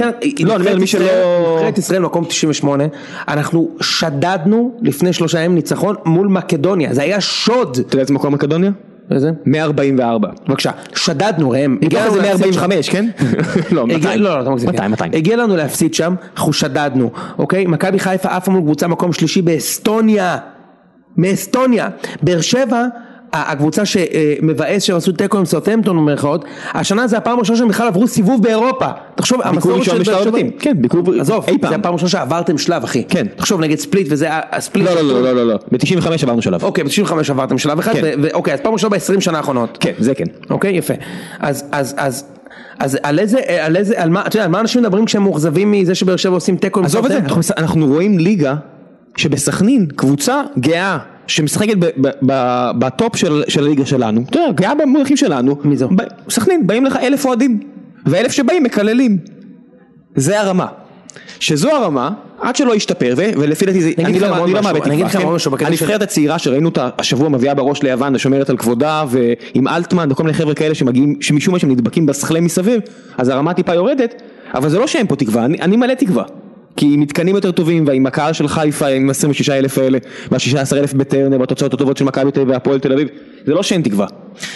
נבחרת ישראל מקום תשעים ושמונה, אנחנו שדדנו לפני שלושה ימים ניצחון מול מקדוניה, זה היה שוד. אתה יודע איזה מקום מקדוניה? איזה? מאה ארבעים וארבע. בבקשה, שדדנו ראם. מתוך זה מאה ארבעים וחמש, כן? לא, מאתיים. לא, לא, אתה מגזים. מאתיים, מאתיים. הגיע לנו להפסיד שם, אנחנו שדדנו, אוקיי? מכבי חיפה עפה מול קבוצה מקום שלישי באסטוניה. מאסטוניה. באר שבע, הקבוצה שמבאס שהם עשו תיקו עם סאות'המפטון במרכאות, השנה זה הפעם הראשונה שהם בכלל עברו סיבוב באירופה. תחשוב, המסורת של באר שבע. כן, ביקור, עזוב, זה הפעם הראשונה שעברתם שלב, אחי. כן. תחשוב, נגד ספליט, וזה הספליט. לא, לא, לא, לא, לא. ב-תשעים וחמש עברנו שלב. אוקיי, ב-תשעים וחמש עברתם שלב אחד, ואוקיי, אז פעם ראשונה ב-עשרים שנה האחרונות. כן, זה כן. אוקיי, יפה. אז, אז, אז, אז על איזה, על איזה, על מה, אתה יודע, על מה אנשים מדברים כשהם מאוכזבים מזה שבאר שבע עושים תיקו? עזוב את זה, אנחנו רואים ליגה שבסכנין, קבוצה גאה, שמשחקת בטופ של הליגה שלנו, אתה יודע, גאה במונחים שלנו. מי זו? סכנין, באים לך אלף אוהדים, ואלף שבאים מקללים. זה הרמה. שזו הרמה, עד שלא ישתפר, ולפי דעתי, אני לא מאבד תקווה. הנבחרת הצעירה שראינו אותה השבוע מביאה בראש ליוון, ושומרת על כבודה, ועם אלטמן, וכל מיני חבר'ה כאלה שמגיעים, שמשום מה שהם נדבקים בסכלי מסביב, אז הרמה טיפה יורדת, אבל זה לא שאין פה תקווה, אני מלא תקווה. כי מתקנים יותר טובים, ועם הקהל של חיפה, עם עשרים ושישה אלף האלה, וה-שישה עשר אלף בטרנר, והתוצאות הטובות של מכבי תל אביב והפועל תל אביב, זה לא שאין תקווה.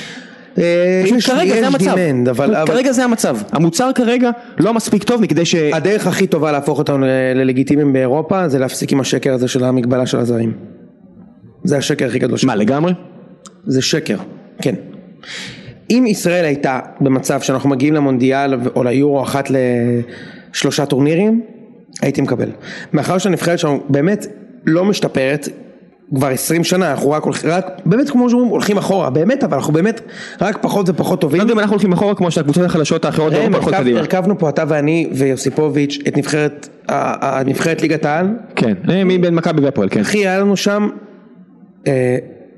כרגע זה המצב, כרגע זה המצב, המוצר כרגע לא מספיק טוב מכדי ש... הדרך הכי טובה להפוך אותנו ללגיטימיים באירופה, זה להפסיק עם השקר הזה של המגבלה של הזרים. זה השקר הכי גדול. מה, לגמרי? זה שקר, כן. אם ישראל הייתה במצב שאנחנו מגיעים למונדיאל או ליורו אחת לשלושה טורנירים, הייתי מקבל. מאחר שהנבחרת שלנו באמת לא משתפרת, כבר עשרים שנה, אנחנו רק, רק באמת כמו שאומרים, הולכים אחורה, באמת, אבל אנחנו באמת רק פחות ופחות טובים. לא יודע אם אנחנו הולכים אחורה כמו שהקבוצות החלשות האחרות לא פחות קדימה. הרכבנו פה אתה ואני ויוסיפוביץ' את נבחרת, הנבחרת ליגת העל. כן, מי בין מכבי והפועל, כן. אחי, היה לנו שם אה,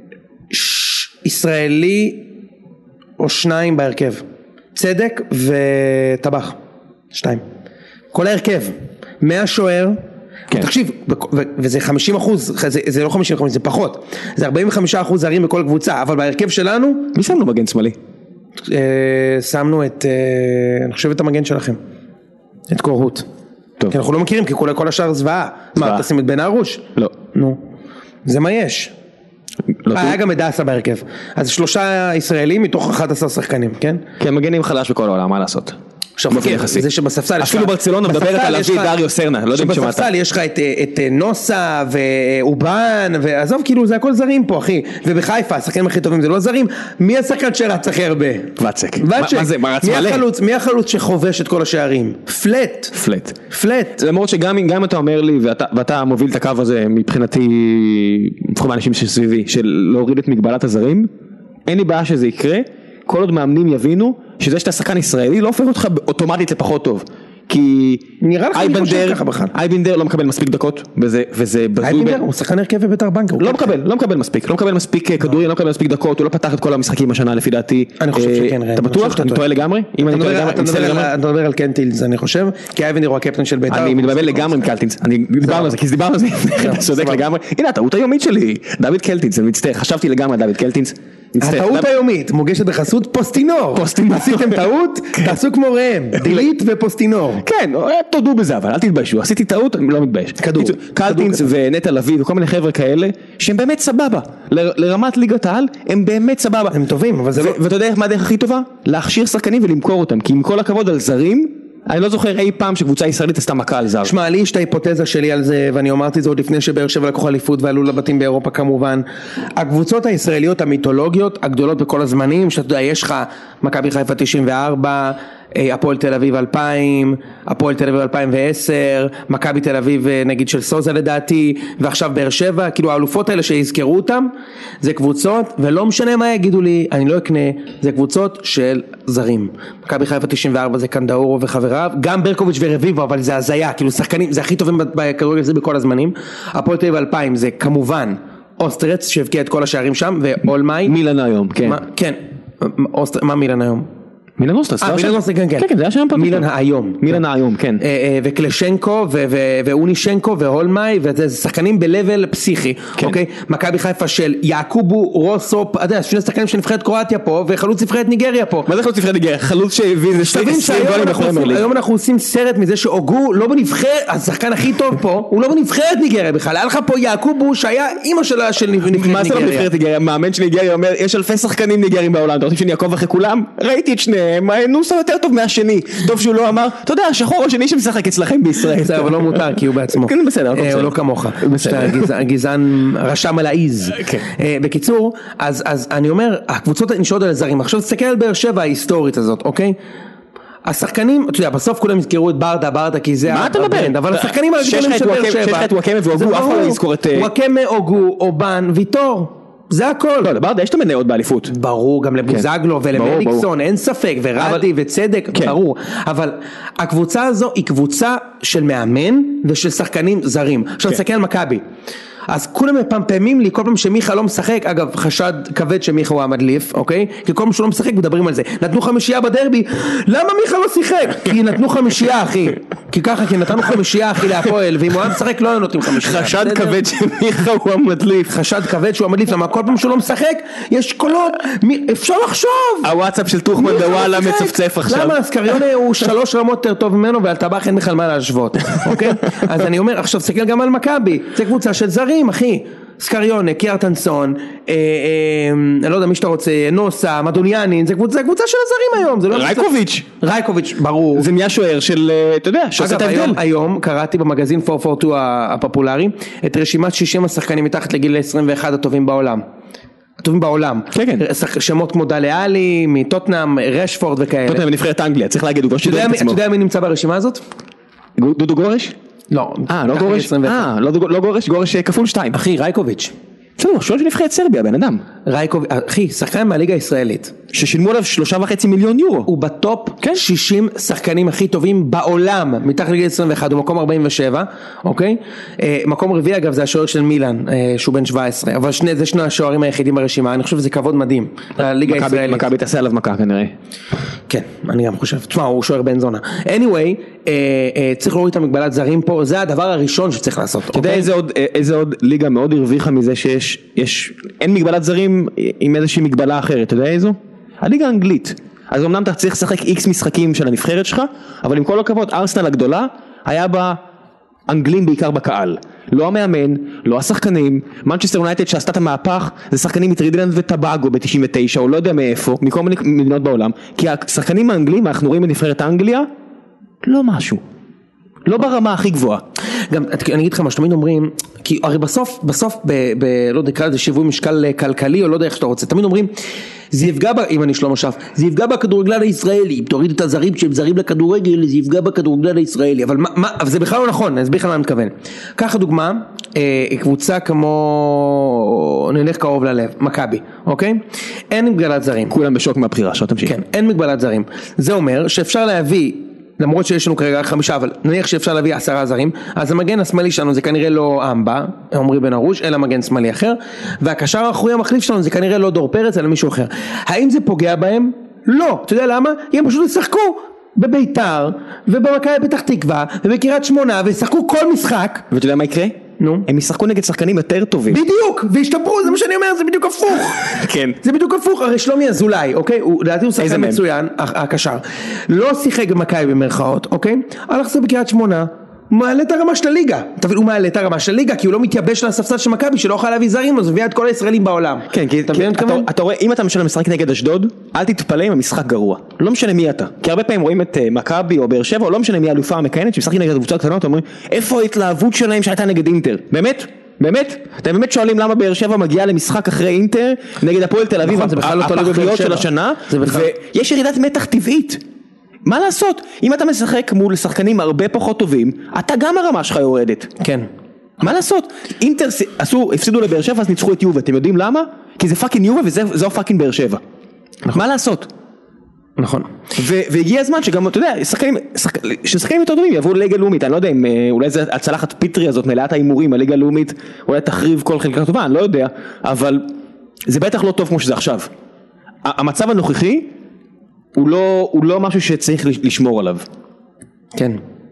ש, ישראלי או שניים בהרכב. צדק וטבח. שתיים. כל ההרכב. מהשוער, כן. תקשיב, וזה חמישים אחוז, זה, זה לא חמישים אחוז, זה פחות, זה ארבעים וחמישה אחוז זרים בכל קבוצה, אבל בהרכב שלנו... מי שמנו מגן שמאלי? אה, שמנו את, אה, אני חושב את המגן שלכם, את קורהוט. טוב. כי אנחנו לא מכירים, כי כל, כל השאר זוועה. מה, תשים את בן הרוש? לא. נו, זה מה יש. לא היה גם את דאסה בהרכב. אז שלושה ישראלים מתוך אחד עשר שחקנים, כן? כן, מגנים חלש בכל העולם, מה לעשות? זה שבספסל אפילו ברצלונה מדברת על להביא דריו סרנה, לא יודע אם שמעת. שבספסל יש לך את נוסה ואובן, ועזוב, כאילו זה הכל זרים פה, אחי. ובחיפה, השחקנים הכי טובים זה לא זרים. מי השחקן שרץ הכי הרבה? וצק. מה זה, מה רץ מלא? מי החלוץ שחובש את כל השערים? פלט. פלט. פלט. למרות שגם אם אתה אומר לי, ואתה מוביל את הקו הזה מבחינתי, מבחינת האנשים שסביבי, של להוריד את מגבלת הזרים, אין לי בעיה שזה יקרה. כל עוד מאמנים יבינו שזה שאתה שחקן ישראלי לא הופך אותך אוטומטית לפחות טוב. כי נראה לך אני חושב ככה בכלל. אייבינדר לא מקבל מספיק דקות, וזה, וזה בזוי. אייבינדר הוא שחקן הרכב בבית"ר בנק. לא מקבל, לא מקבל מספיק, לא מקבל מספיק כדורים, לא מקבל מספיק דקות, הוא לא פתח את כל המשחקים השנה לפי דעתי. אני חושב שכן, אתה בטוח? אני טועה לגמרי? אם אני טועה לגמרי, אתה מדבר על קנטילס, אני חושב, כי אייבינדר הוא הקפטן של בית"ר. אני מתבלבל לגמרי עם קלטינס, אני דיברנו על זה, כי דיברנו על זה, אתה צודק לגמרי. הנה, הטעות היומית שלי, דוד קלטינס, אני מצטער, חשבתי לגמרי על דוד קלטינס. הטעות היומית מוגשת בחסות פוסטינור. עשיתם טעות, תעשו כמו ראם, דילית ופוסטינור. כן, תודו בזה, אבל אל תתביישו, עשיתי טעות, אני לא מתבייש. קלטינס ונטע לביא וכל מיני חבר'ה כאלה, שהם באמת סבבה, לרמת ליגת העל, הם באמת סבבה. הם טובים, אבל זה לא... ואתה יודע מה הדרך הכי טובה? להכשיר שחקנים ולמכור אותם, כי עם כל הכבוד על זרים, אני לא זוכר אי פעם שקבוצה ישראלית עשתה מכה על זר. שמע, לי יש את ההיפותזה שלי על זה, ואני אמרתי זה עוד לפני שבאר שבע לקחו אליפות ועלו לבתים באירופה כמובן. הקבוצות הישראליות המיתולוגיות הגדולות בכל הזמנים, שאתה יודע, יש לך מכבי חיפה תשעים וארבע, הפועל תל אביב אלפיים, הפועל תל אביב אלפיים ועשר, מכבי תל אביב נגיד של סוזה לדעתי, ועכשיו באר שבע, כאילו האלופות האלה שיזכרו אותם, זה קבוצות, ולא משנה מה יגידו לי, אני לא אקנה, זה קבוצות של זרים. מכבי חיפה תשעים וארבע זה קנדאורו וחבריו, גם ברקוביץ' ורביבו, אבל זה הזיה, כאילו שחקנים, זה הכי טובים בכדורגל הזה בכל הזמנים. הפועל תל אביב אלפיים זה כמובן אוסטרץ שהבקיע את כל השערים שם, ואולמאי. מילאן היום, כן. מה, כן. אוסטר, מה מילאן היום? מילאן אוסטרס, אה, מילאן אוסטרס, כן, כן. כן, זה היה שם פעם. מילאן היום. מילאן היום, כן. וקלשנקו, ואונישנקו, והולמאי, וזה שחקנים בלבל פסיכי, אוקיי? מכבי חיפה של יעקובו, רוסופ, אתה יודע, שני שחקנים של נבחרת קרואטיה פה, וחלוץ נבחרת ניגריה פה. מה זה חלוץ נבחרת ניגריה? חלוץ שהביא איזה עשרים גולים בפרמייר ליג. היום אנחנו עושים סרט מזה שאוגו לא בנבחרת, השחקן הכי טוב פה, הוא לא בנבחרת ניגריה בכלל. היה לך פה יעקובו שהיה אימא שלה של נבחרת ניגריה. מאמן של ניגריה אומר, יש אלפי שחקנים ניגרים בעולם. אתה רוצים שאני אעקוב אחרי כולם? ראיתי את שניהם, נוסה יותר טוב מהשני. טוב שהוא לא אמר, אתה יודע, השחור השני שמשחק אצלכם בישראל. זה אבל לא מותר, כי הוא בעצמו. כן, בסדר. הוא לא כמוך. גזען רשם על העיז. בקיצור, אז אני אומר, הקבוצות נשארות על הזרים. עכשיו תסתכל על באר שבע ההיסטורית הזאת, אוקיי? השחקנים, אתה יודע, בסוף כולם יזכרו את ברדה, ברדה, כי זה הברנד, אבל השחקנים הגדולים של באר שבע, שיש לך את וואקמה ואוגו, אף אחד לא יזכור את... וואקמה, אוגו, אובן, ויטור, זה הכל. לא, לברדה יש את המניות באליפות. ברור, גם לבוזגלו ולמליקסון, אין ספק, ורדי וצדק, ברור. אבל הקבוצה הזו היא קבוצה של מאמן ושל שחקנים זרים. עכשיו תסתכל על מכבי. אז כולם מפמפמים לי כל פעם שמיכה לא משחק, אגב חשד כבד שמיכה הוא המדליף, אוקיי? כי כל פעם שהוא לא משחק מדברים על זה. נתנו חמישייה בדרבי, למה מיכה לא שיחק? כי נתנו חמישייה אחי, כי ככה, כי נתנו חמישייה אחי להפועל, ואם הוא היה משחק לא היה נותנים חמישייה. חשד כבד שמיכה הוא המדליף. חשד כבד שהוא המדליף, למה כל פעם שהוא לא משחק, יש קולות, אפשר לחשוב. הוואטסאפ של תוכמן בוואלה מצפצף עכשיו. למה? סקריונה הוא שלוש רמות יותר טוב ממנו, ועל טבח אין בכלל מה להשוות, אוקיי? אז אני אומר, עכשיו תסתכל גם על מכבי, זה קבוצה של זרים, אחי. סקריונה, קיארטנסון, אני לא יודע מי שאתה רוצה, נוסה, מדוניאנין, זה קבוצה של הזרים היום. רייקוביץ'. רייקוביץ', ברור. זה נהיה שוער של, אתה יודע, שעושה את ההבדל. היום קראתי במגזין ארבע ארבע שתיים הפופולרי, את רשימת שישים השחקנים מתחת לגיל עשרים ואחת הטובים בעולם. הטובים בעולם. כן, כן. שמות כמו דלה אלי, מטוטנאם, רשפורד וכאלה. טוטנאם נבחרת אנגליה, צריך להגיד, הוא כבר שידר את עצמו. אתה יודע מי נמצא ברשימה הזאת? דודו גורש? לא. אה, לא גורש? אה, לא גורש, גורש כפול שתיים. אחי, רייקוביץ'. בסדר, שואל של נבחרת סרביה, בן אדם. רייקוביץ', אחי, שחקן מהליגה הישראלית. ששילמו עליו שלושה וחצי מיליון יורו. הוא בטופ שישים שחקנים הכי טובים בעולם, מתחת לגיל עשרים ואחת, הוא מקום ארבעים ושבע, אוקיי? מקום רביעי אגב זה השוער של מילאן, שהוא בן שבע עשרה, אבל שני, זה שני השוערים היחידים ברשימה, אני חושב שזה כבוד מדהים, לליגה הישראלית. מכבי תעשה עליו מכה כנראה. כן, אני גם חושב, תשמע, הוא שוער בן זונה. anyway, צריך להוריד את המגבלת זרים פה, זה הדבר הראשון שצריך לעשות. אתה יודע איזה עוד ליגה מאוד הרוויחה מזה שיש, יש, אין מגבלת זרים עם איזושהי מגבלה אחרת, אתה יודע איזו? הליגה האנגלית. אז אמנם אתה צריך לשחק איקס משחקים של הנבחרת שלך, אבל עם כל הכבוד, ארסנל הגדולה, היה בה אנגלים בעיקר בקהל. לא המאמן, לא השחקנים, מנצ'סטר יונייטד שעשתה את המהפך, זה שחקנים מטרידלנד וטבאגו ב-תשעים ותשע, או לא יודע מאיפה, מכל מיני מדינות בעולם, כי השחקנים האנגלים, אנחנו רואים בנבחרת אנגליה, לא משהו. לא ברמה הכי גבוהה. גם, אני אגיד לך מה שתמיד אומרים, כי הרי בסוף, בסוף, ב, ב, לא יודע, נקרא לזה שיווי משקל כלכלי, או לא יודע איך שאתה רוצה, תמיד אומרים, זה יפגע, ב, אם אני שלמה שף, זה יפגע בכדורגלן הישראלי, אם תוריד את הזרים שהם זרים לכדורגל, זה יפגע בכדורגלן הישראלי, אבל מה, מה, אבל זה בכלל לא נכון, אז בכלל מה אני מתכוון. ככה דוגמה, אה, קבוצה כמו, נלך קרוב ללב, מכבי, אוקיי? אין מגבלת זרים. כולם בשוק מהבחירה, עכשיו תמשיך. כן, אין מגבלת זרים. זה אומר שאפשר להביא למרות שיש לנו כרגע חמישה, אבל נניח שאפשר להביא עשרה זרים, אז המגן השמאלי שלנו זה כנראה לא אמבה, עומרי בן ארוש, אלא מגן שמאלי אחר, והקשר האחורי המחליף שלנו זה כנראה לא דור פרץ, אלא מישהו אחר. האם זה פוגע בהם? לא. אתה יודע למה? הם פשוט ישחקו בביתר, ובמכבי פתח תקווה, ובקריית שמונה, וישחקו כל משחק. ואתה יודע מה יקרה? נו. הם ישחקו נגד שחקנים יותר טובים. בדיוק, והשתפרו, זה מה שאני אומר, זה בדיוק הפוך. כן. זה בדיוק הפוך, הרי שלומי אזולאי, אוקיי? לדעתי הוא שחקן מצוין, הקשר. לא שיחק במכבי במרכאות, אוקיי? הלך זה בקריית שמונה, מעלה את הרמה של הליגה. תבין, הוא מעלה את הרמה של הליגה, כי הוא לא מתייבש לספסל של מכבי, שלא יכול להביא זרים, אז הוא מביא את כל הישראלים בעולם. כן, כי אתה רואה, אם אתה משלם משחק נגד אשדוד, אל תתפלא אם המשחק גרוע. לא משנה מי אתה. כי הרבה פעמים רואים את מכבי או באר שבע, או לא משנה מי האלופה המכהנת, שמשחקים נגד קבוצות קטנות, אומרים, איפה ההתלהבות שלהם שהייתה נגד אינטר? באמת? באמת? אתם באמת שואלים למה באר שבע מגיעה למשחק אחרי אינטר, נגד הפועל תל אביב, הפחיות של השנה, ויש ירידת מתח טבעית. מה לעשות? אם אתה משחק מול שחקנים הרבה פחות טובים, אתה גם הרמה שלך יורדת. כן. מה לעשות? אינטר עשו, הפסידו לבאר שבע, אז ניצחו את יובה. אתם יודעים למה? כי זה פאקינג יובה וזהו פאקינג באר שבע. מה לעשות? נכון. והגיע הזמן שגם, אתה יודע, ששחקנים יותר טובים יעברו לליגה לאומית. אני לא יודע אם אולי זה הצלחת פיטרי הזאת, מלאת האימורים, הליגה הלאומית, אולי תחריב כל חלקה טובה, אני לא יודע. אבל זה בטח לא טוב כמו שזה עכשיו. המצב הנוכחי הוא לא, הוא לא משהו שצריך לשמור עליו. כן.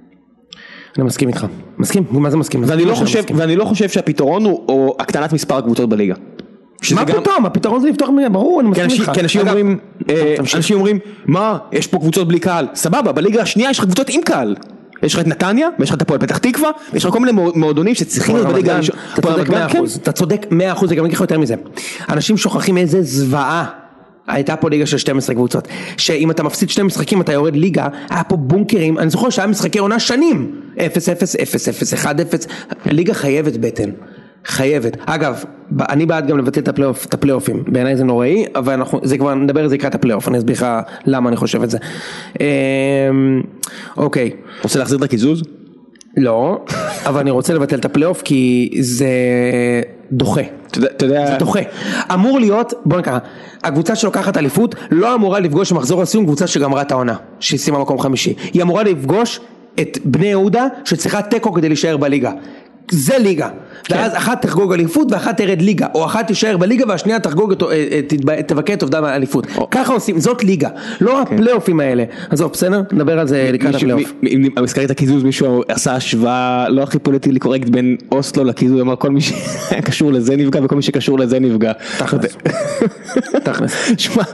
אני מסכים איתך. מסכים? מה זה מסכים? ואני לא חושב, ואני לא חושב שהפתרון הוא או הקטנת מספר הקבוצות בליגה. מה פתאום? הפתרון זה לפתוח מילה, ברור, אני מסכים איתך. כי אנשים אומרים, אנשים אומרים, מה, יש פה קבוצות בלי קהל. סבבה, בליגה השנייה יש לך קבוצות עם קהל. יש לך את נתניה, ויש לך את הפועל פתח תקווה, ויש לך כל מיני מועדונים שצריכים להיות בליגה הראשונה. אתה צודק מאה אחוז, אתה צודק מאה אחוז, זה גם אגיד לך יותר מזה. אנשים שוכחים איזה זוועה הייתה פה ליגה של שתים עשרה קבוצות, שאם אתה מפסיד שני משחקים אתה יורד ליגה, היה פה בונקרים, אני זוכר שהיה משחקי עונה שנים, אפס אפס, אפס אפס, אחד אפס, ליגה חייבת בטן, חייבת. אגב, אני בעד גם לבטל את הפלייאוף, את הפלייאופים, בעיניי זה נוראי, אבל אנחנו, זה כבר נדבר על זה לקראת הפלייאוף, אני אסביר לך למה אני חושב את זה. אוקיי. רוצה להחזיר את הקיזוז? לא, אבל אני רוצה לבטל את הפלייאוף כי זה דוחה. אתה יודע, זה דוחה. אמור להיות, בוא נקרא, הקבוצה שלוקחת אליפות לא אמורה לפגוש במחזור הסיום קבוצה שגמרה את העונה, שסיימה מקום חמישי. היא אמורה לפגוש את בני יהודה שצריכה טקו כדי להישאר בליגה. זה ליגה. ואז אחת תחגוג אליפות ואחת תרד ליגה, או אחת תישאר בליגה והשנייה תחגוג, תבקע את עובדה מהאליפות. ככה עושים, זאת ליגה, לא הפלייאופים האלה. אז זהו, בסדר, נדבר על זה לקראת הפלייאוף. אם הזכרתי את הקיזוז, מישהו עשה השוואה לא הכי פוליטיקלי קורקט בין אוסלו לקיזוז, אמר כל מי שקשור לזה נפגע וכל מי שקשור לזה נפגע. תכלס. תכלס. שמע,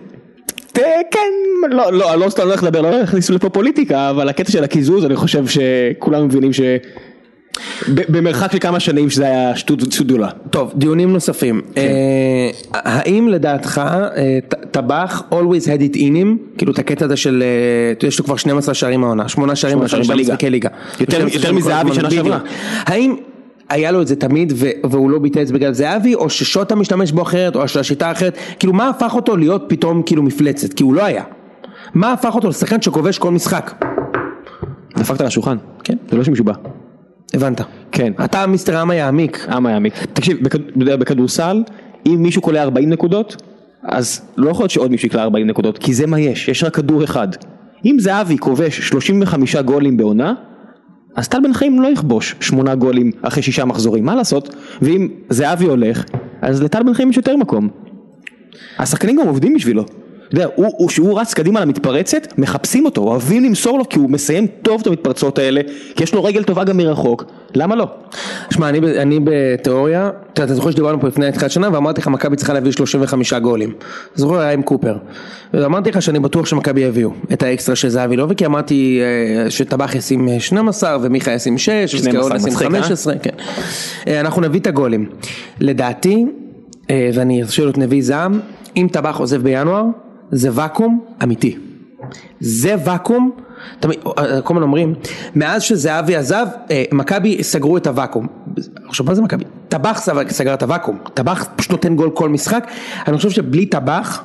כן, לא, לא, לא סתם לא הולך לדבר, לא הולך להכניסו לפה פוליטיקה, אבל הקטע של הקיזוז, אני חושב שכולם מבינים ש... במרחק של כמה שנים שזה היה שטות גדולה. טוב, דיונים נוספים. האם לדעתך טבח always had it in him, כאילו את הקטע הזה של, יש לו כבר שנים עשר שערים העונה, שמונה שערים בליגה. יותר מזהבי שנה שעברה. האם היה לו את זה תמיד והוא לא ביטא את זה בגלל זהבי, או ששוטה משתמש בו אחרת, או שהשיטה אחרת, כאילו מה הפך אותו להיות פתאום כאילו מפלצת? כי הוא לא היה. מה הפך אותו לשחקן שכובש כל משחק? דפקת על השולחן. כן. זה לא שמישהו בא. הבנת. כן. אתה מיסטר עם היעמיק. עם היעמיק. תקשיב, בכדורסל, אם מישהו קולה ארבעים נקודות, אז לא יכול להיות שעוד מישהו יקלה ארבעים נקודות, כי זה מה יש, יש רק כדור אחד. אם זהבי כובש שלושים וחמישה גולים בעונה, אז טל בן חיים לא יכבוש שמונה גולים אחרי שישה מחזורים, מה לעשות? ואם זהבי הולך, אז לטל בן חיים יש יותר מקום. השחקנים גם עובדים בשבילו. אתה יודע, הוא, הוא, שהוא רץ קדימה למתפרצת, מחפשים אותו, אוהבים למסור לו, כי הוא מסיים טוב את המתפרצות האלה, כי יש לו רגל טובה גם מרחוק, למה לא? שמע, אני, אני בתיאוריה, אתה, אתה זוכר שדיברנו פה לפני התחילת שנה, ואמרתי לך, מכבי צריכה להביא שלושים וחמישה גולים, זוכר היה עם קופר, ואמרתי לך שאני בטוח שמכבי יביאו את האקסטרה של זהבי לא, וכי אמרתי שטבח ישים שנים עשר, ומיכה ישים שש, וסקרון ישים חמש עשרה, כן. אנחנו נביא את הגולים, לדעתי, ואני אשאל את נביא זעם, אם טבח עוזב בינואר, זה וקום אמיתי. זה וקום, כל מיני אומרים, מאז שזהבי עזב, מכבי סגרו את הוואקום. עכשיו מה זה מכבי? טבח סגר את הוואקום. טבח פשוט נותן גול כל משחק. אני חושב שבלי טבח,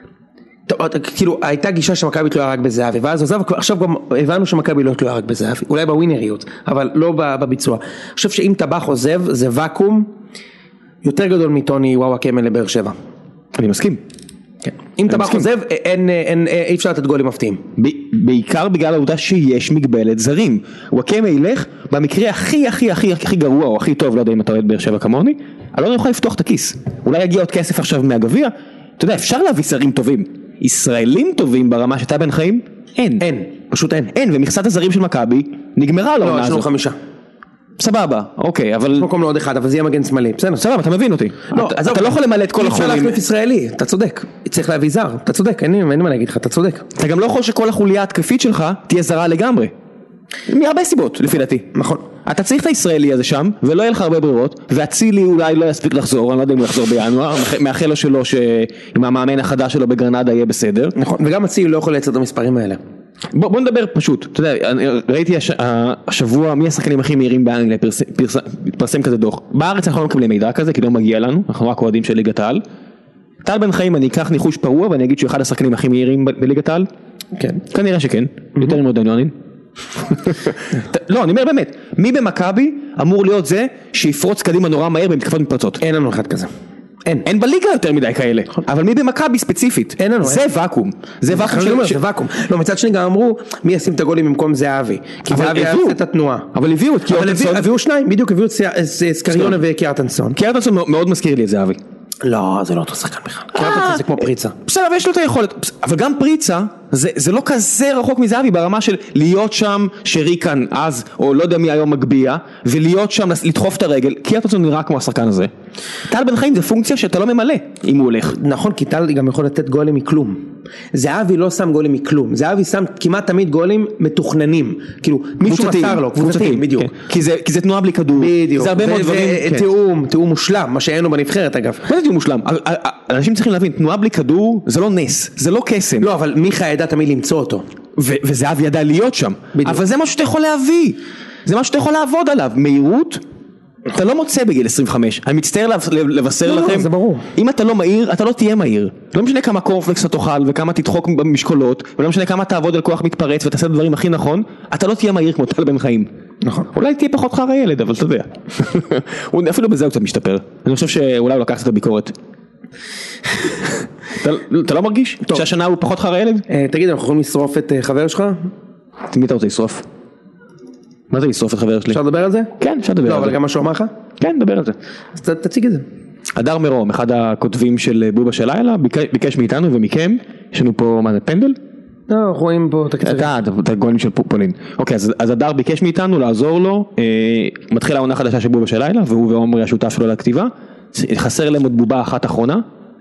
כאילו הייתה גישה שמכבי תלויה רק בזהבי, ואז עזב, עכשיו גם הבנו שמכבי לא תלויה רק בזהבי, אולי בווינריות, אבל לא בביצוע. אני חושב שאם טבח עוזב, זה וואקום יותר גדול מטוני וואו קמל לבאר שבע. אני מסכים. כן. אם טבח עוזב, אין, אין, אי אפשר לתת גולים מפתיעים. בעיקר בגלל העובדה שיש מגבלת זרים. וואקמה ילך, במקרה הכי הכי הכי הכי גרוע, או הכי טוב, לא יודע אם אתה אוהד באר שבע כמוני, אלון יוכל לפתוח את הכיס. אולי יגיע עוד כסף עכשיו מהגביע. אתה יודע, אפשר להביא זרים טובים. ישראלים טובים ברמה שאתה בן חיים? אין. אין, פשוט אין. אין, ומכסת הזרים של מכבי נגמרה לעונה לא, יש לנו הזו. חמישה. סבבה, אוקיי, אבל... יש מקום לעוד אחד, אבל זה יהיה מגן שמאלי. בסדר. סבבה, אתה מבין אותי. לא, אתה, אתה לא יכול למלא את כל אפשר החולים. להחליף ישראלי, אתה צודק. צריך להביא זר, אתה צודק, אין לי מה להגיד לך, אתה צודק. אתה גם לא יכול שכל החוליה התקפית שלך תהיה זרה לגמרי. מהרבה סיבות, לפי דעתי. נכון. אתה צריך את הישראלי הזה שם, ולא יהיה לך הרבה ברירות, והצילי אולי לא יספיק לחזור, אני לא יודע אם הוא יחזור בינואר, מאחל לו שלו שעם המאמן החדש שלו בגרנדה יהיה בסדר. נכון, וגם הצילי לא יכול לייצר את המספרים האלה. בוא, בוא נדבר פשוט, אתה יודע, ראיתי הש, השבוע מי השחקנים הכי מהירים באנגליה, פרס, פרס, פרסם כזה דוח. בארץ אנחנו לא מקבלים מידע כזה, כי לא מגיע לנו, אנחנו רק אוהדים של ליגת העל. טל בן חיים, אני אקח ניחוש פרוע, ואני אגיד שהוא אחד השחקנים הכי מהירים בליגת העל. כן. כנראה שכן, יותר מאוד דניונים. לא, אני אומר באמת, מי במכבי אמור להיות זה שיפרוץ קדימה נורא מהר במתקפות מתפרצות? אין לנו אחד כזה. אין. אין בליגה יותר מדי כאלה, אבל מי במכבי ספציפית? אין לנו. זה ואקום. זה ואקום. זה ואקום. לא, מצד שני גם אמרו, מי ישים את הגולים במקום זהבי? כי זהבי יעשה את התנועה. אבל הביאו את קיארטנסון. הביאו שניים, בדיוק הביאו את סקריונה וקיארטנסון. קיארטנסון מאוד מזכיר לי את זהבי. לא, זה לא אותו שחקן בכלל. קיארטנסון זה כמו פריצה. בסדר, ויש לו את היכולת. אבל גם פריצה, זה לא כזה רחוק מזהבי ברמה של להיות שם שריקן אז, או לא יודע מי היום מגביע, ולהיות שם, לדחוף את הרגל. קיארטנסון נראה כמו השחקן הזה. טל בן חיים זה פונקציה שאתה לא ממלא אם הוא הולך. נכון, כי טל גם יכול לתת גולים מכלום. זהבי לא שם גולים מכלום. זהבי שם כמעט תמיד גולים מתוכננים. כאילו, מישהו מסר לו, קבוצתיים, בדיוק. כי זה תנועה בלי כדור. בדיוק. זה הרבה מאוד דברים. תיאום, תיאום מושלם, מה שאין לו בנבחרת אגב. מה זה תיאום מושלם? אנשים צריכים להבין, תנועה בלי כדור זה לא נס, זה לא קסם. לא, אבל מיכה ידע תמיד למצוא אותו. וזהבי ידע להיות שם. אבל זה משהו שאתה יכול להביא. זה משהו שאתה יכול לעבוד עליו. מהירות, אתה לא מוצא בגיל עשרים וחמש. אני מצטער לבשר לכם. לא, זה ברור. אם אתה לא מהיר, אתה לא תהיה מהיר. לא משנה כמה קורפלקס אתה תאכל וכמה תדחוק במשקולות, ולא משנה כמה תעבוד על כוח מתפרץ ותעשה את הדברים הכי נכון, אתה לא תהיה מהיר כמו טל בן חיים. נכון. אולי תהיה פחות חר הילד, אבל אתה יודע. אפילו בזה הוא קצת משתפר. אני חושב שאולי הוא לקח את הביקורת. אתה לא מרגיש שהשנה הוא פחות חר הילד? תגיד, אנחנו יכולים לשרוף את חבר שלך? מי אתה רוצה לשרוף? מה זה לשרוף את חבר שלי? אפשר לדבר על זה? כן, אפשר לדבר על זה. זה. לא, אבל גם משהו אמר לך? כן, נדבר על זה. אז תציג את זה. הדר מרום, אחד הכותבים של בובה של לילה, ביקש מאיתנו ומכם, יש לנו פה, מה זה, פנדל? לא, אנחנו רואים פה את הקצרים. אתה, את הגולים של פולין. אוקיי, אז הדר ביקש מאיתנו לעזור לו, מתחילה העונה חדשה של בובה של לילה, והוא ועומרי השותף שלו לכתיבה, חסר להם עוד בובה אחת אחרונה,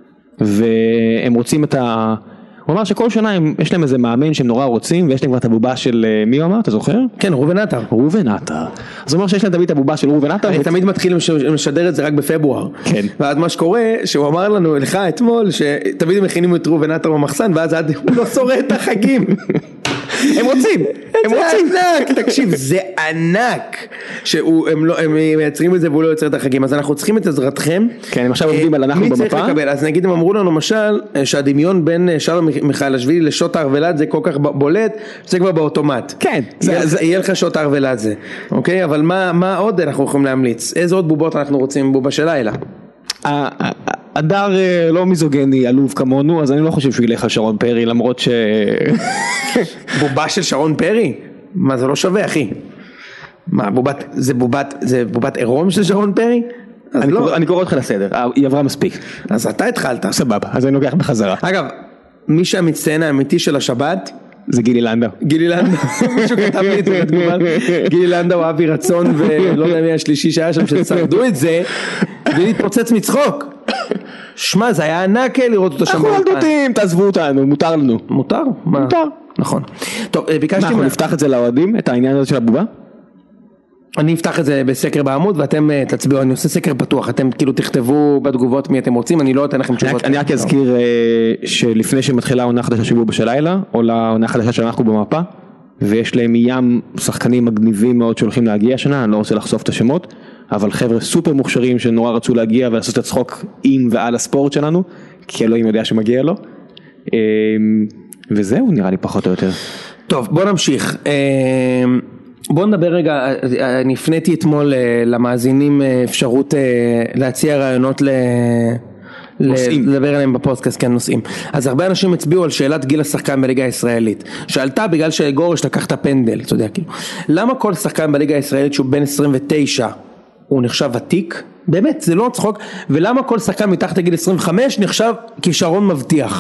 והם רוצים את ה... הוא אמר שכל שנה הם, יש להם איזה מאמן שהם נורא רוצים, ויש להם כבר את הבובה של מי הוא אמר, אתה זוכר? כן, ראובן עטר. ראובן עטר. אז הוא אומר שיש להם תמיד את הבובה של ראובן עטר. אני תמיד מתחיל לשדר את זה רק בפברואר. כן. ואז מה שקורה, שהוא אמר לנו, לך אתמול, שתמיד הם מכינים את ראובן עטר במחסן, ואז הוא לא שורד את החגים. הם רוצים, הם רוצים. זה ענק, תקשיב, זה ענק, שהם מייצרים את זה והוא לא יוצר את החגים, אז אנחנו צריכים את עזרתכם. כן, הם עכשיו עובדים על אנחנו במפה. מי צריך לקבל? אז נגיד הם אמרו לנו למשל, שהדמיון בין שלום מיכאלשווילי לשוט הרוולד זה כל כך בולט, זה כבר באוטומט. כן. יהיה לך שוט הרוולד זה, אוקיי? אבל מה עוד אנחנו יכולים להמליץ? איזה עוד בובות אנחנו רוצים בובה של לילה? הדר לא מיזוגני עלוב כמונו, אז אני לא חושב שהוא ילך על שרון פרי, למרות ש... בובה של שרון פרי? מה, זה לא שווה, אחי. מה, בובת, זה בובת, זה בובת עירום של שרון פרי? אני, לא. קורא, אני קורא אותך לסדר, היא עברה מספיק. אז אתה התחלת. סבבה, אז אני לוקח בחזרה. אגב, מי שהמצטיין האמיתי של השבת... זה גילי לנדאו. גילי לנדאו, מישהו כתב לי את זה בתגובה. גילי לנדאו, אבי רצון, ולא יודע מי השלישי שהיה שם שצרדו את זה, ולהתפוצץ מצחוק. שמע, זה היה ענק לראות אותו שם. אנחנו ילדותים, תעזבו אותנו, מותר לנו. מותר? מותר. נכון. טוב, ביקשתי... אנחנו נפתח את זה לאוהדים, את העניין הזה של הבובה? אני אפתח את זה בסקר בעמוד ואתם תצביעו, אני עושה סקר פתוח, אתם כאילו תכתבו בתגובות מי אתם רוצים, אני לא אתן לכם תשובות. אני רק אזכיר שלפני שמתחילה העונה חדשה של בובה של לילה, או לעונה חדשה שאנחנו במפה, ויש להם ים שחקנים מגניבים מאוד שהולכים להגיע השנה, אני לא רוצה לחשוף את השמות, אבל חבר'ה סופר מוכשרים שנורא רצו להגיע ולעשות את הצחוק עם ועל הספורט שלנו, כי אלוהים יודע שמגיע לו, וזהו נראה לי פחות או יותר. טוב, בוא נמשיך. בוא נדבר רגע, אני הפניתי אתמול למאזינים אפשרות להציע רעיונות לדבר עליהם בפודקאסט, כן, נושאים. אז הרבה אנשים הצביעו על שאלת גיל השחקן בליגה הישראלית, שעלתה בגלל שגורש לקח את הפנדל, אתה יודע, כאילו, למה כל שחקן בליגה הישראלית שהוא בן עשרים ותשע הוא נחשב ותיק? באמת, זה לא צחוק. ולמה כל שחקן מתחת לגיל עשרים וחמש נחשב כישרון מבטיח?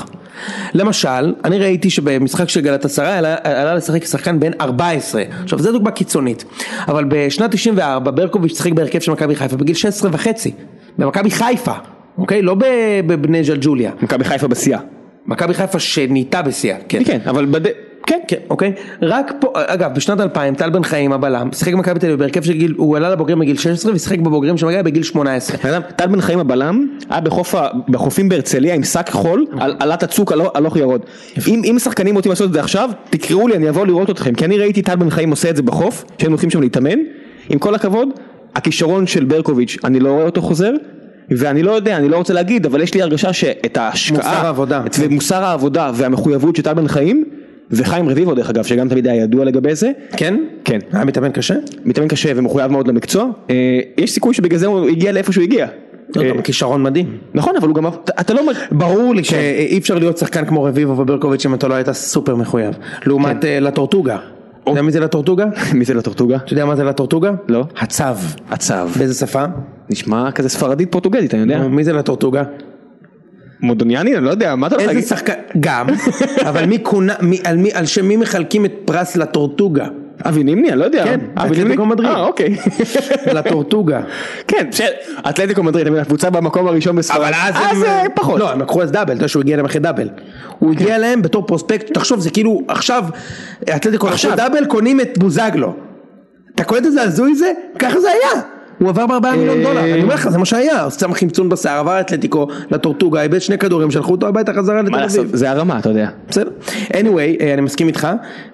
למשל, אני ראיתי שבמשחק של גלאטסראי עלה, עלה לשחק כשחקן בן ארבע עשרה. עכשיו, זו דוגמה קיצונית. אבל בשנת תשעים וארבע, ברקוביץ' שחק בהרכב של מכבי חיפה בגיל שש עשרה וחצי. במכבי חיפה, אוקיי? לא בבני ג'לג'וליה. מכבי חיפה בשיאה. מכבי חיפה שנהייתה בשיאה, כן. כן, אבל בד... כן, כן, אוקיי. רק פה, אגב, בשנת אלפיים, טל בן חיים, הבלם, שיחק במכבי תל אביב בהרכב של גיל, הוא עלה לבוגרים בגיל שש עשרה ושיחק בבוגרים שמגיע בגיל שמונה עשרה. טל בן חיים הבלם היה בחופים בהרצליה עם שק חול, עלת הצוק הלוך ירוד. אם שחקנים רוצים לעשות את זה עכשיו, תקראו לי, אני אבוא לראות אתכם, כי אני ראיתי טל בן חיים עושה את זה בחוף, שהם הולכים שם להתאמן. עם כל הכבוד, הכישרון של ברקוביץ', אני לא רואה אותו חוזר, ואני לא יודע, אני לא רוצה להגיד, אבל יש לי הרגשה שאת ההשקעה, מוסר העבודה והמחויבות של טל בן חיים, וחיים רביבו דרך אגב, שגם תמיד היה ידוע לגבי זה. כן? כן. היה מתאמן קשה? מתאמן קשה ומחויב מאוד למקצוע. יש סיכוי שבגלל זה הוא הגיע לאיפה שהוא הגיע. כישרון מדהים. נכון, אבל הוא גם, אתה לא... ברור לי שאי אפשר להיות שחקן כמו רביבו וברקוביץ' אם אתה לא היית סופר מחויב. לעומת לטורטוגה. אתה יודע מי זה לטורטוגה? מי זה לטורטוגה? אתה יודע מה זה לטורטוגה? לא. הצו. הצו. באיזה שפה? נשמע כזה ספרדית פורטוגזית, אני יודע. מי זה לטורטוגה? מודוניאני? אני לא יודע, מה אתה רוצה להגיד? איזה שחקן? גם. אבל מי קונה, על שם מי מחלקים את פרס לטורטוגה? אבי נימני, אני לא יודע. כן, אתלטיקו מדריד. אה, אוקיי. לטורטוגה. כן, אתלטיקו מדריד, הקבוצה במקום הראשון בספרד. אבל אז הם פחות. לא, הם לקחו אז דאבל, אתה יודע שהוא הגיע להם אחרי דאבל. הוא הגיע להם בתור פרוספקט, תחשוב, זה כאילו, עכשיו, אתלטיקו לקחו דאבל, קונים את בוזגלו. אתה קולט את זה הזוי זה? ככה זה היה. הוא עבר בארבעה מיליון דולר, אני אומר לך, זה מה שהיה, הוא שם חמצון בשר, עבר אתלטיקו לטורטוגה, איבד שני כדורים, שלחו אותו הביתה חזרה לתל אביב. זה הרמה, אתה יודע. בסדר. anyway, אני מסכים איתך,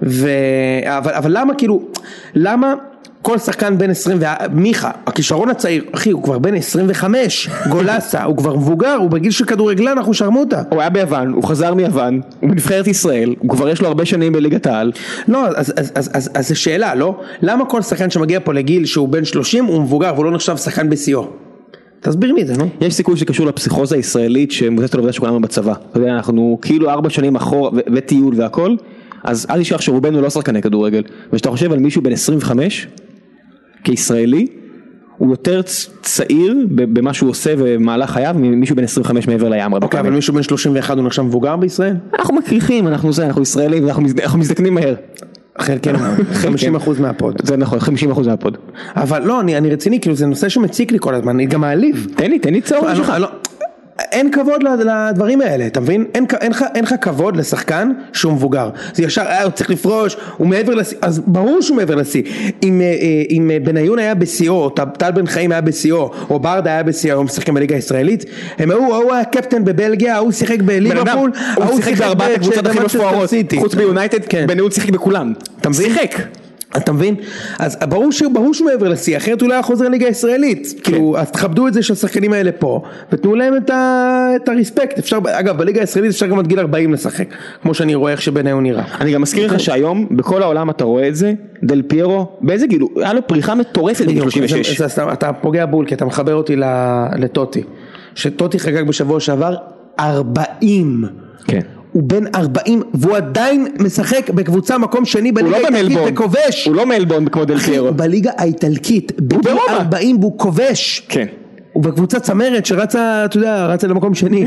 אבל למה כאילו, למה כל שחקן בין עשרים, מיכה, הכישרון הצעיר, אחי, הוא כבר בין עשרים וחמש, גולסה, הוא כבר מבוגר, הוא בגיל של כדורגלן, אנחנו שרמוטה. הוא היה ביוון, הוא חזר מיוון, הוא בנבחרת ישראל, הוא כבר יש לו הרבה שנים בליגת העל. לא, אז, אז, אז, אז, אז זה שאלה, לא? למה כל שחקן שמגיע פה לגיל שהוא בין שלושים, הוא מבוגר, והוא לא נחשב שחקן בסיוע? תסביר לי את זה, נו? יש סיכוי שקשור לפסיכוזה הישראלית, שמבוססת על העובדה שכולנו בצבא. אתה יודע, אנחנו כאילו ארבע שנים אחורה, וטיול והכל, אז אל תשכח שרובנו לא שחקני כדורגל. וכשאתה חושב על מישהו בין עשרים וחמש, כישראלי, הוא יותר צעיר במה שהוא עושה ומהלך חייו, ממישהו בין עשרים וחמש מעבר לים. אוקיי, אבל מישהו בין שלושים ואחת הוא נחשב מבוגר בישראל? אנחנו מקריחים, אנחנו זה, אנחנו ישראלים, אנחנו מזדקנים מהר. חלקנו, חמישים אחוז מהפוד. זה נכון, חמישים אחוז מהפוד. אבל לא, אני רציני, כאילו זה נושא שמציק לי כל הזמן, אני גם מעליב. תן לי, תן לי צהור שלך. אין כבוד לדברים האלה, אתה מבין? אין, אין, אין לך כבוד לשחקן שהוא מבוגר. זה ישר, אה, הוא צריך לפרוש, הוא מעבר לשיא, אז ברור שהוא מעבר לשיא. אם, אם בניון היה בשיאו, או טל בן חיים היה בשיאו, או ברדה היה בשיאו, הוא משחקים בליגה הישראלית, הם היו, הוא היה קפטן בבלגיה, הוא שיחק בליברפול, הוא שיחק בארבעת הקבוצות הכי מפוארות, חוץ ביונייטד, בניון שיחק בכולם. אתה מבין? שיחק. אתה מבין? אז ברור שהוא, ברור שהוא מעבר לשיא, אחרת הוא לא היה חוזר ליגה הישראלית. כאילו, אז תכבדו את זה שהשחקנים האלה פה, ותנו להם את ה, את הרספקט. אפשר, אגב, בליגה הישראלית אפשר גם עד גיל ארבעים לשחק, כמו שאני רואה איך שבניהו נראה. אני גם מזכיר לך שהיום, בכל העולם אתה רואה את זה, דל פיירו, באיזה גילו, היה לו פריחה מטורפת בגיל שלושים ושש. אתה פוגע בול, כי אתה מחבר אותי לטוטי. שטוטי חגג בשבוע שעבר ארבעים. כן. הוא בן ארבעים, והוא עדיין משחק בקבוצה מקום שני בליגה האיטלקית וכובש. הוא לא מלבון כמו דל פיירו. הוא בליגה האיטלקית, בגיל ארבעים והוא כובש. כן. הוא בקבוצה צמרת שרצה, אתה יודע, רצה למקום שני.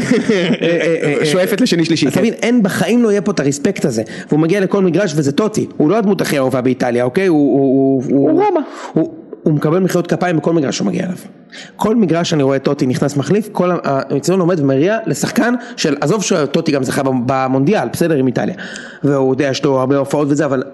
שואפת לשני שלישי. אז תבין, אין בחיים לא יהיה פה את הרספקט הזה. והוא מגיע לכל מגרש וזה טוטי. הוא לא הדמות הכי אהובה באיטליה, אוקיי? הוא רמה. הוא מקבל מחיאות כפיים בכל מגרש שהוא מגיע אליו. כל מגרש שאני רואה טוטי נכנס מחליף, כל המצלון עומד ומריע לשחקן של, עזוב שטוטי גם זכה במונדיאל, בסדר עם איטליה, והוא יודע שיש לו הרבה הופעות וזה, אבל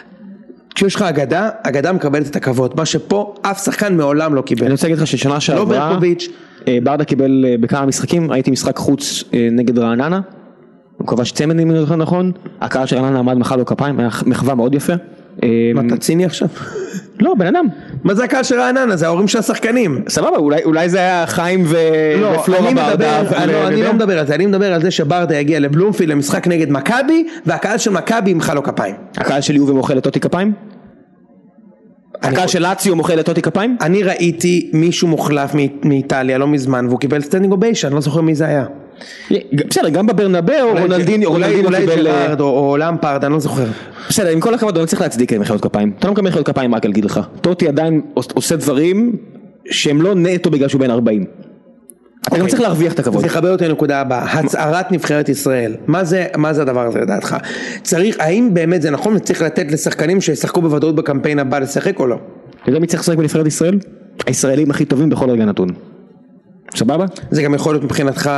כשיש לך אגדה, אגדה מקבלת את הכבוד, מה שפה אף שחקן מעולם לא קיבל. אני רוצה להגיד לך ששנה שעברה, לא ברקוביץ', ברדה קיבל בכמה משחקים, הייתי משחק חוץ נגד רעננה, הוא כבש צמד אם אני זוכר נכון, הקהל של רעננה עמד מחא לו כפיים, היה מחווה מאוד יפה. מה, אתה ציני עכשיו? לא, בן אדם. מה זה הקהל של רעננה? זה ההורים של השחקנים. סבבה, אולי זה היה חיים ופלורה ברדה. אני לא מדבר על זה, אני מדבר על זה שברדה יגיע לבלומפילד למשחק נגד מכבי, והקהל של מכבי ימחא לו כפיים. הקהל של יובה מוחא לטוטי כפיים? הקהל של לאציו מוחא לטוטי כפיים? אני ראיתי מישהו מוחלף מאיטליה לא מזמן, והוא קיבל סטנדינג אוביישן, לא זוכר מי זה היה. בסדר, גם בברנבאו, רונלדיניו, אולי ג'רארד או למפרד, אני לא זוכר. בסדר, עם כל הכבוד, אני לא צריך להצדיק מחיאות כפיים. אתה לא מקבל מחיאות כפיים רק להגיד לך. טוטי עדיין עושה דברים שהם לא נטו בגלל שהוא בן ארבעים. אתה גם צריך להרוויח את הכבוד. זה חבר אותי לנקודה הבאה, הצהרת נבחרת ישראל. מה זה, מה זה הדבר הזה לדעתך? צריך, האם באמת זה נכון וצריך לתת לשחקנים שישחקו בוודאות בקמפיין הבא לשחק או לא? אתה יודע מי צריך לשחק בנבחרת ישראל? הישראלים הכי טובים בכל רגע נתון. סבבה? זה גם יכול להיות מבחינתך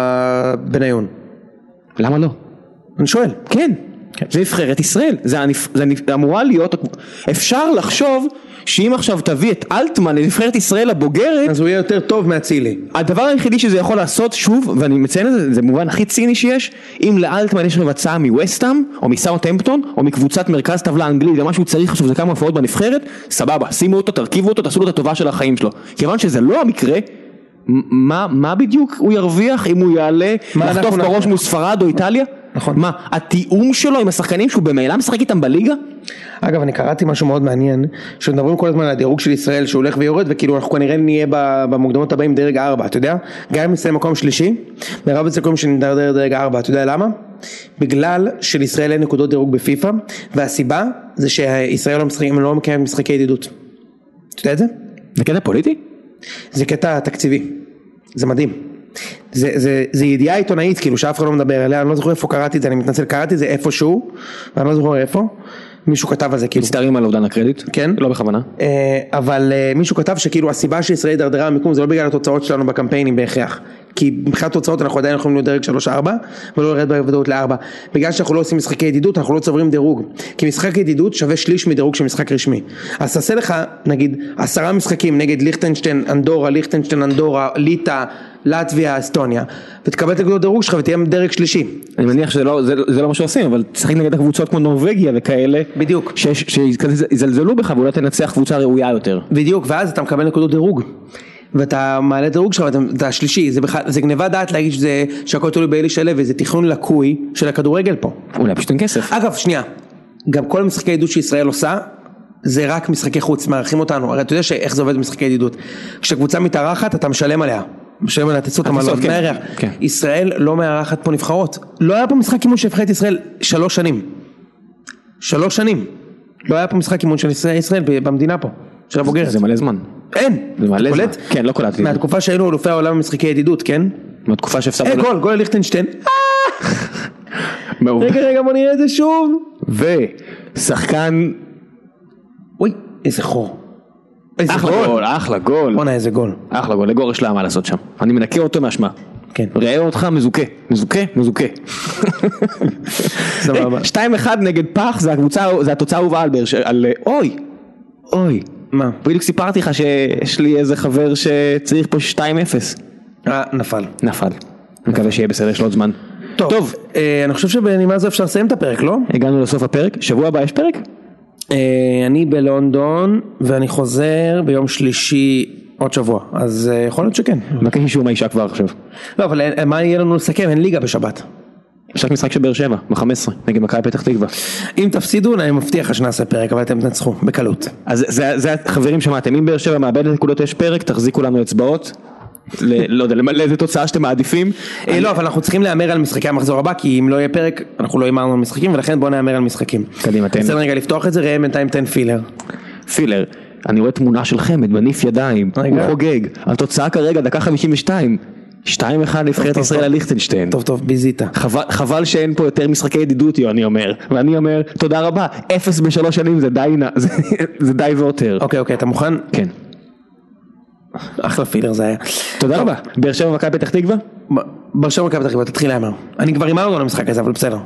בניון. למה לא? אני שואל. כן. זה נבחרת ישראל. זה אמורה להיות, אפשר לחשוב שאם עכשיו תביא את אלטמן לנבחרת ישראל הבוגרת, אז הוא יהיה יותר טוב מהצילי. הדבר היחידי שזה יכול לעשות, שוב, ואני מציין את זה, זה במובן הכי ציני שיש, אם לאלטמן יש רבצעה מווסטהאם, או מסאות'המפטון, או מקבוצת מרכז טבלה אנגלית, ומה שהוא צריך עכשיו זה כמה הופעות בנבחרת, סבבה, שימו אותו, תרכיבו אותו, תעשו לו את הטובה של החיים שלו. כיוון שזה לא המקרה, מה, מה בדיוק הוא ירוויח אם הוא יעלה לחטוף בראש מול ספרד או איטליה? נכון. מה, התיאום שלו עם השחקנים שהוא במעלה משחק איתם בליגה? אגב, אני קראתי משהו מאוד מעניין, שמדברים כל הזמן על הדירוג של ישראל שהוא הולך ויורד, וכאילו אנחנו כנראה נהיה במוקדמות הבאים דרג ארבע, אתה יודע? גם אם נסיים מקום שלישי, ברב הסיכויים שנדרדר דרג ארבע, אתה יודע למה? בגלל שלישראל אין נקודות דירוג בפיפה, והסיבה זה שישראל לא משחקים, לא מקיים משחקי ידידות. אתה יודע את זה? זה קטע פוליטי? זה קטע תקציבי. זה מדהים. זה, זה, זה ידיעה עיתונאית, כאילו שאף אחד לא מדבר עליה, אני לא זוכר איפה קראתי את זה, אני מתנצל, קראתי את זה איפשהו, ואני לא זוכר איפה, מישהו כתב על זה, כאילו. מצטערים על אובדן הקרדיט? כן. לא בכוונה. אבל מישהו כתב שכאילו הסיבה שישראל דרדרה במיקום, זה לא בגלל התוצאות שלנו בקמפיינים בהכרח, כי מבחינת תוצאות אנחנו עדיין יכולים להיות דרג שלוש ארבע, ולא לרד בוודאות לארבע, בגלל שאנחנו לא עושים משחקי ידידות, אנחנו לא צוברים דירוג, כי משחק ידידות שווה שליש מדירוג של משחק רשמי, אז תעשה לך, נגיד, עשרה משחקים נגד ליכטנשטיין, אנדורה, ליכטנשטיין, אנדורה, ליטא, לטביה, אסטוניה, ותקבל את נקודות דירוג שלך ותהיה דרג שלישי. אני מניח שזה לא, זה, זה לא מה שעושים, אבל תשחק נגד הקבוצות כמו נורווגיה וכאלה. בדיוק. שיזלזלו בך ואולי תנצח קבוצה ראויה יותר. בדיוק, ואז אתה מקבל נקודות דירוג. ואתה מעלה דירוג שלך, ואתה השלישי, זה, בכלל, זה גניבה דעת להגיד שזה, שהכל תלוי באלישע לוי, וזה תכנון לקוי של הכדורגל פה. אולי פשוט אין כסף. אגב, שנייה, גם כל משחקי ידידות שישראל עושה, זה רק משחקי חוץ, מארחים אותנו, הרי אתה יודע איך זה עובד במשחקי ידידות, כשקבוצה מתארחת, אתה משלם עליה, משלם עליה, תצאו את המלון, מארח, ישראל לא מארחת פה נבחרות, לא היה פה משחק אימון של נבחרת ישראל שלוש שנים, שלוש שנים, לא היה פה משחק אימון של ישראל במדינה פה, של הבוגרת. זה מלא זמן. אין. זה מלא זמן. כן, לא קולטתי. מהתקופה שהיינו אלופי העולם במשחקי ידידות, כן? מהתקופה שהפסדנו. אה, גול, גול ליכטנשטיין. רגע, רגע, בוא נראה את זה שוב. ושחקן... אוי, איזה חור. אחלה גול, אחלה גול. בוא נראה איזה גול. אחלה גול, לגור יש לה מה לעשות שם. אני מנקה אותו מהשמה. כן. ראה אותך מזוכה, מזוכה, מזוכה. שתיים אחד נגד פח, זה הקבוצה, זה התוצאה האהובה על... אוי, אוי. מה? בדיוק סיפרתי לך שיש לי איזה חבר שצריך פה שתיים אפס. אה, נפל. נפל. אני מקווה שיהיה בסדר, יש לו עוד זמן. טוב, טוב. אה, אני חושב שבנימה זו אפשר לסיים את הפרק, לא? הגענו לסוף הפרק. שבוע הבא יש פרק? אה, אני בלונדון, ואני חוזר ביום שלישי עוד שבוע, אז אה, יכול להיות שכן. מבקש אישור מהאישה כבר עכשיו. לא, אבל מה יהיה לנו לסכם? אין ליגה בשבת. יש רק משחק של באר שבע, ב-חמש עשרה, נגד מכבי פתח תקווה. אם תפסידו, אני מבטיח שנעשה פרק, אבל אתם תנצחו, בקלות. אז זה, זה חברים שמעתם, אם באר שבע מאבד נקודות יש פרק, תחזיקו לנו אצבעות, לא יודע, לאיזה תוצאה שאתם מעדיפים. לא, אבל אנחנו צריכים להמר על משחקי המחזור הבא, כי אם לא יהיה פרק, אנחנו לא אמרנו על משחקים, ולכן בואו נאמר על משחקים. קדימה, תן. בסדר רגע, לפתוח את זה, ראם בינתיים תן פילר. פילר, אני רואה תמונה של חמד, בניף ידיים, הוא חוגג, התוצאה כרגע, דקה חמישים ושתיים. שתיים אחד נבחרת ישראל על ליכטנשטיין. טוב טוב, ביזית. חבל, חבל שאין פה יותר משחקי ידידות, אני אומר. ואני אומר, תודה רבה, אפס בשלוש שנים זה די, זה, זה די ויותר. אוקיי, אוקיי, אתה מוכן? כן. אחלה פילר זה היה. תודה רבה. באר שבע מכבי פתח תקווה? באר שבע מכבי פתח תקווה, תתחיל להמר. אני כבר אמרנו על המשחק הזה, אבל בסדר.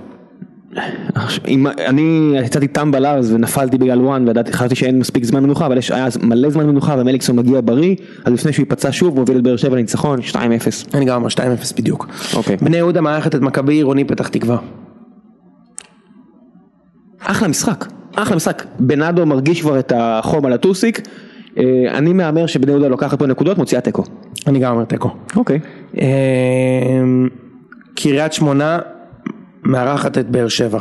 אני יצאתי תם בלאז ונפלתי בגלל וואן וידעתי, חשבתי שאין מספיק זמן מנוחה, אבל היה מלא זמן מנוחה ומליקסון מגיע בריא, אז לפני שהוא ייפצע שוב הוא הוביל את באר שבע לניצחון שתיים אפס. אני גם אומר שתיים אפס בדיוק. אוקיי. בני יהודה מארחת את מכבי עירוני פתח תקווה. אחלה משחק, אחלה משחק. בנאדו מרגיש כבר את החום על הטוסיק. אני מאמר שבני יהודה לוקחת פה נקודות, מוציאה טקו. אני גם אומר טקו. אוקיי. קריית שמונה מארחת את באר שבע.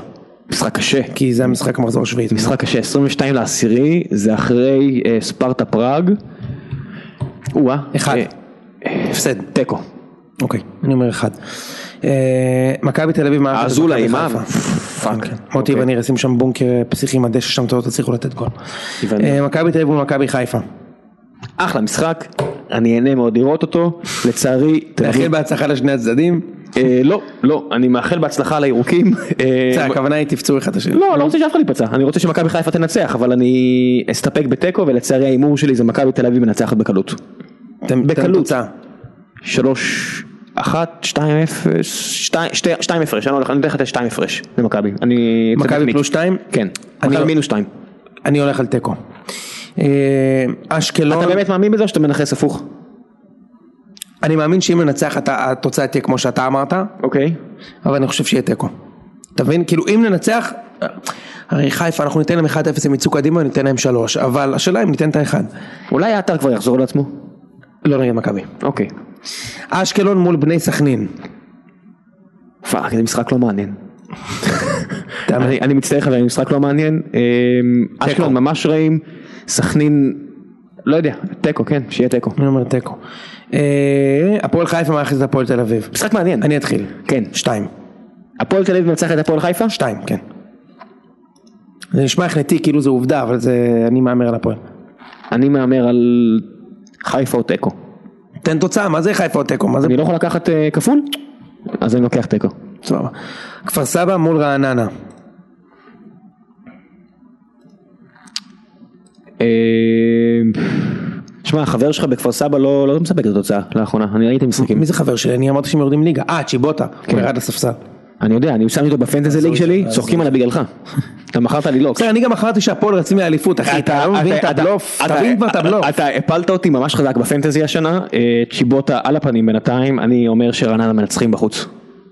משחק קשה. כי זה המשחק המחזור השביעית. משחק קשה, עשרים ושתיים לעשירי, זה אחרי אה, ספרטה פראג. וואה. אחד. אה, הפסד. תיקו. אוקיי, אני אומר אחד. אה, מכבי תל אביב מארחת את אזולאי, מכבי מה? חיפה. פאק. מוטי ואני רשים שם בונקר פסיכי מדשא שם לא תצליחו לתת גול. אה, מכבי תל אביב ומכבי חיפה. אחלה משחק, אני אהנה מאוד לראות אותו, לצערי... מאחל בהצלחה לשני הצדדים. אה, לא, לא, אני מאחל בהצלחה לירוקים. אה, זה, הכוונה היא תפצעו אחד השני. לא, לא רוצה שאף אחד ייפצע, אני רוצה שמכבי חיפה תנצח, אבל אני אסתפק בתיקו, ולצערי האימור שלי זה מכבי תל אביב מנצחת בקלות. בקלות. שלוש, אחת, שתיים, אפס, שתיים הפרש, אני הולך, אני הולך לתת שתיים הפרש למכבי. מכבי פלוס שתיים? כן, מכבי מינוס שתיים. אני הולך על תיקו. אשקלון. אתה באמת מאמין בזה או שאתה מנחס הפוך? אני מאמין שאם ננצח התוצאה תהיה כמו שאתה אמרת. אוקיי. אבל אני חושב שיהיה תיקו. תבין, כאילו אם ננצח, הרי חיפה אנחנו ניתן להם אחד אפס הם יצאו קדימה, ניתן להם שלוש, אבל השאלה אם ניתן את האחד. אולי האתר כבר יחזור לעצמו? לא נגד מכבי. אוקיי. אשקלון מול בני סכנין. פאק, זה משחק לא מעניין. אני, אני מצטער אבל זה משחק לא מעניין. אשקלון ממש רעים, סכנין, לא יודע, תיקו, כן, שיהיה תיקו. אני אומר תיקו. הפועל חיפה מארחת את הפועל תל אביב. משחק מעניין. אני אתחיל. כן. שתיים. הפועל תל אביב מנצחת את הפועל חיפה? שתיים, כן. זה נשמע החלטי, כאילו זה עובדה, אבל זה, אני מאמר על הפועל. אני מאמר על חיפה או תיקו. תן תוצאה, מה זה חיפה או תיקו? אני לא יכול לקחת כפול? אז אני לוקח תיקו. סבבה. כפר סבא מול רעננה. שמע, החבר שלך בכפר סבא לא, לא מספק את התוצאה לאחרונה, אני ראיתי משחקים. מי זה חבר שלי? אני אמרתי שהם יורדים ליגה. אה, צ'יבוטה, הוא ירד לספסל. אני יודע, אני שמתי אותו בפנטזי ליג שלי, צוחקים עליו בגללך. אתה מכרת לי לוקס. אני גם מכרתי שהפועל רצים לאליפות, אחי, אתה לא מבין את הבלוף, תבין כבר את הבלוף. אתה הפלת אותי ממש חזק בפנטזי השנה, צ'יבוטה על הפנים בינתיים, אני אומר שרעננה מנצחים בחוץ.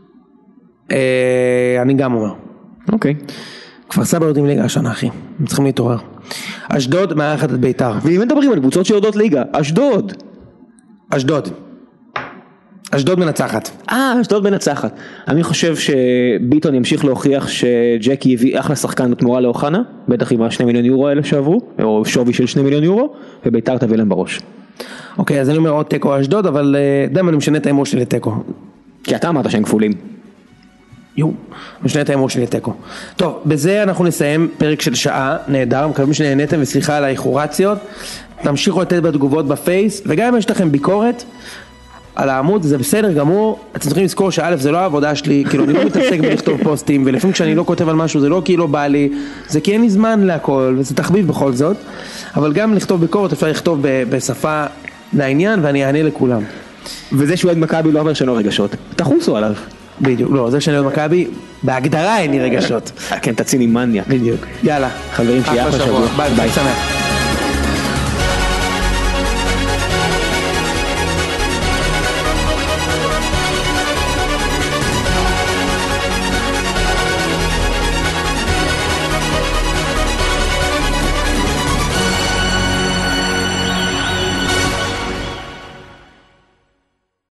אני גם אומר. אוקיי. כפר סבא יורדים ליגה השנה, אחי, הם צריכים להתעורר. אשדוד מארחת את ביתר. ואם מדברים על קבוצות שיורדות ליגה, אשדוד. אשדוד. אשדוד מנצחת. אה, אשדוד מנצחת. אני חושב שביטון ימשיך להוכיח שג'קי הביא אחלה שחקן בתמורה לאוחנה, בטח עם השני מיליון יורו האלה שעברו, או שווי של שני מיליון יורו, וביתר תביא להם בראש. אוקיי, אז אני אומר עוד תיקו אשדוד, אבל דם אני משנה את האמור שלי לתיקו. כי אתה אמרת שהם כפולים. יו, משנה את האמור שלי לתיקו. טוב, בזה אנחנו נסיים פרק של שעה, נהדר, מקווים שנהנתם וסליחה על האיחורציות, תמשיכו לתת בתגובות בפייס, וגם אם יש לכם ביקורת, על העמוד, זה בסדר גמור, אתם צריכים לזכור שא' זה לא העבודה שלי, כאילו אני לא מתעסק בלכתוב פוסטים, ולפעמים כשאני לא כותב על משהו זה לא כי לא בא לי, זה כי אין לי זמן להכל, וזה תחביב בכל זאת, אבל גם לכתוב ביקורת אפשר לכתוב בשפה לעניין, ואני אענה לכולם. וזה שהוא עד מכבי לא אומר שאין לו רגשות, תחוסו עליו. בדיוק, לא, זה שאני עד מכבי, בהגדרה אין לי רגשות. כן, תציני מניה. בדיוק, יאללה. חברים שיהיה אחלה שבוע. ביי, ביי, שמח.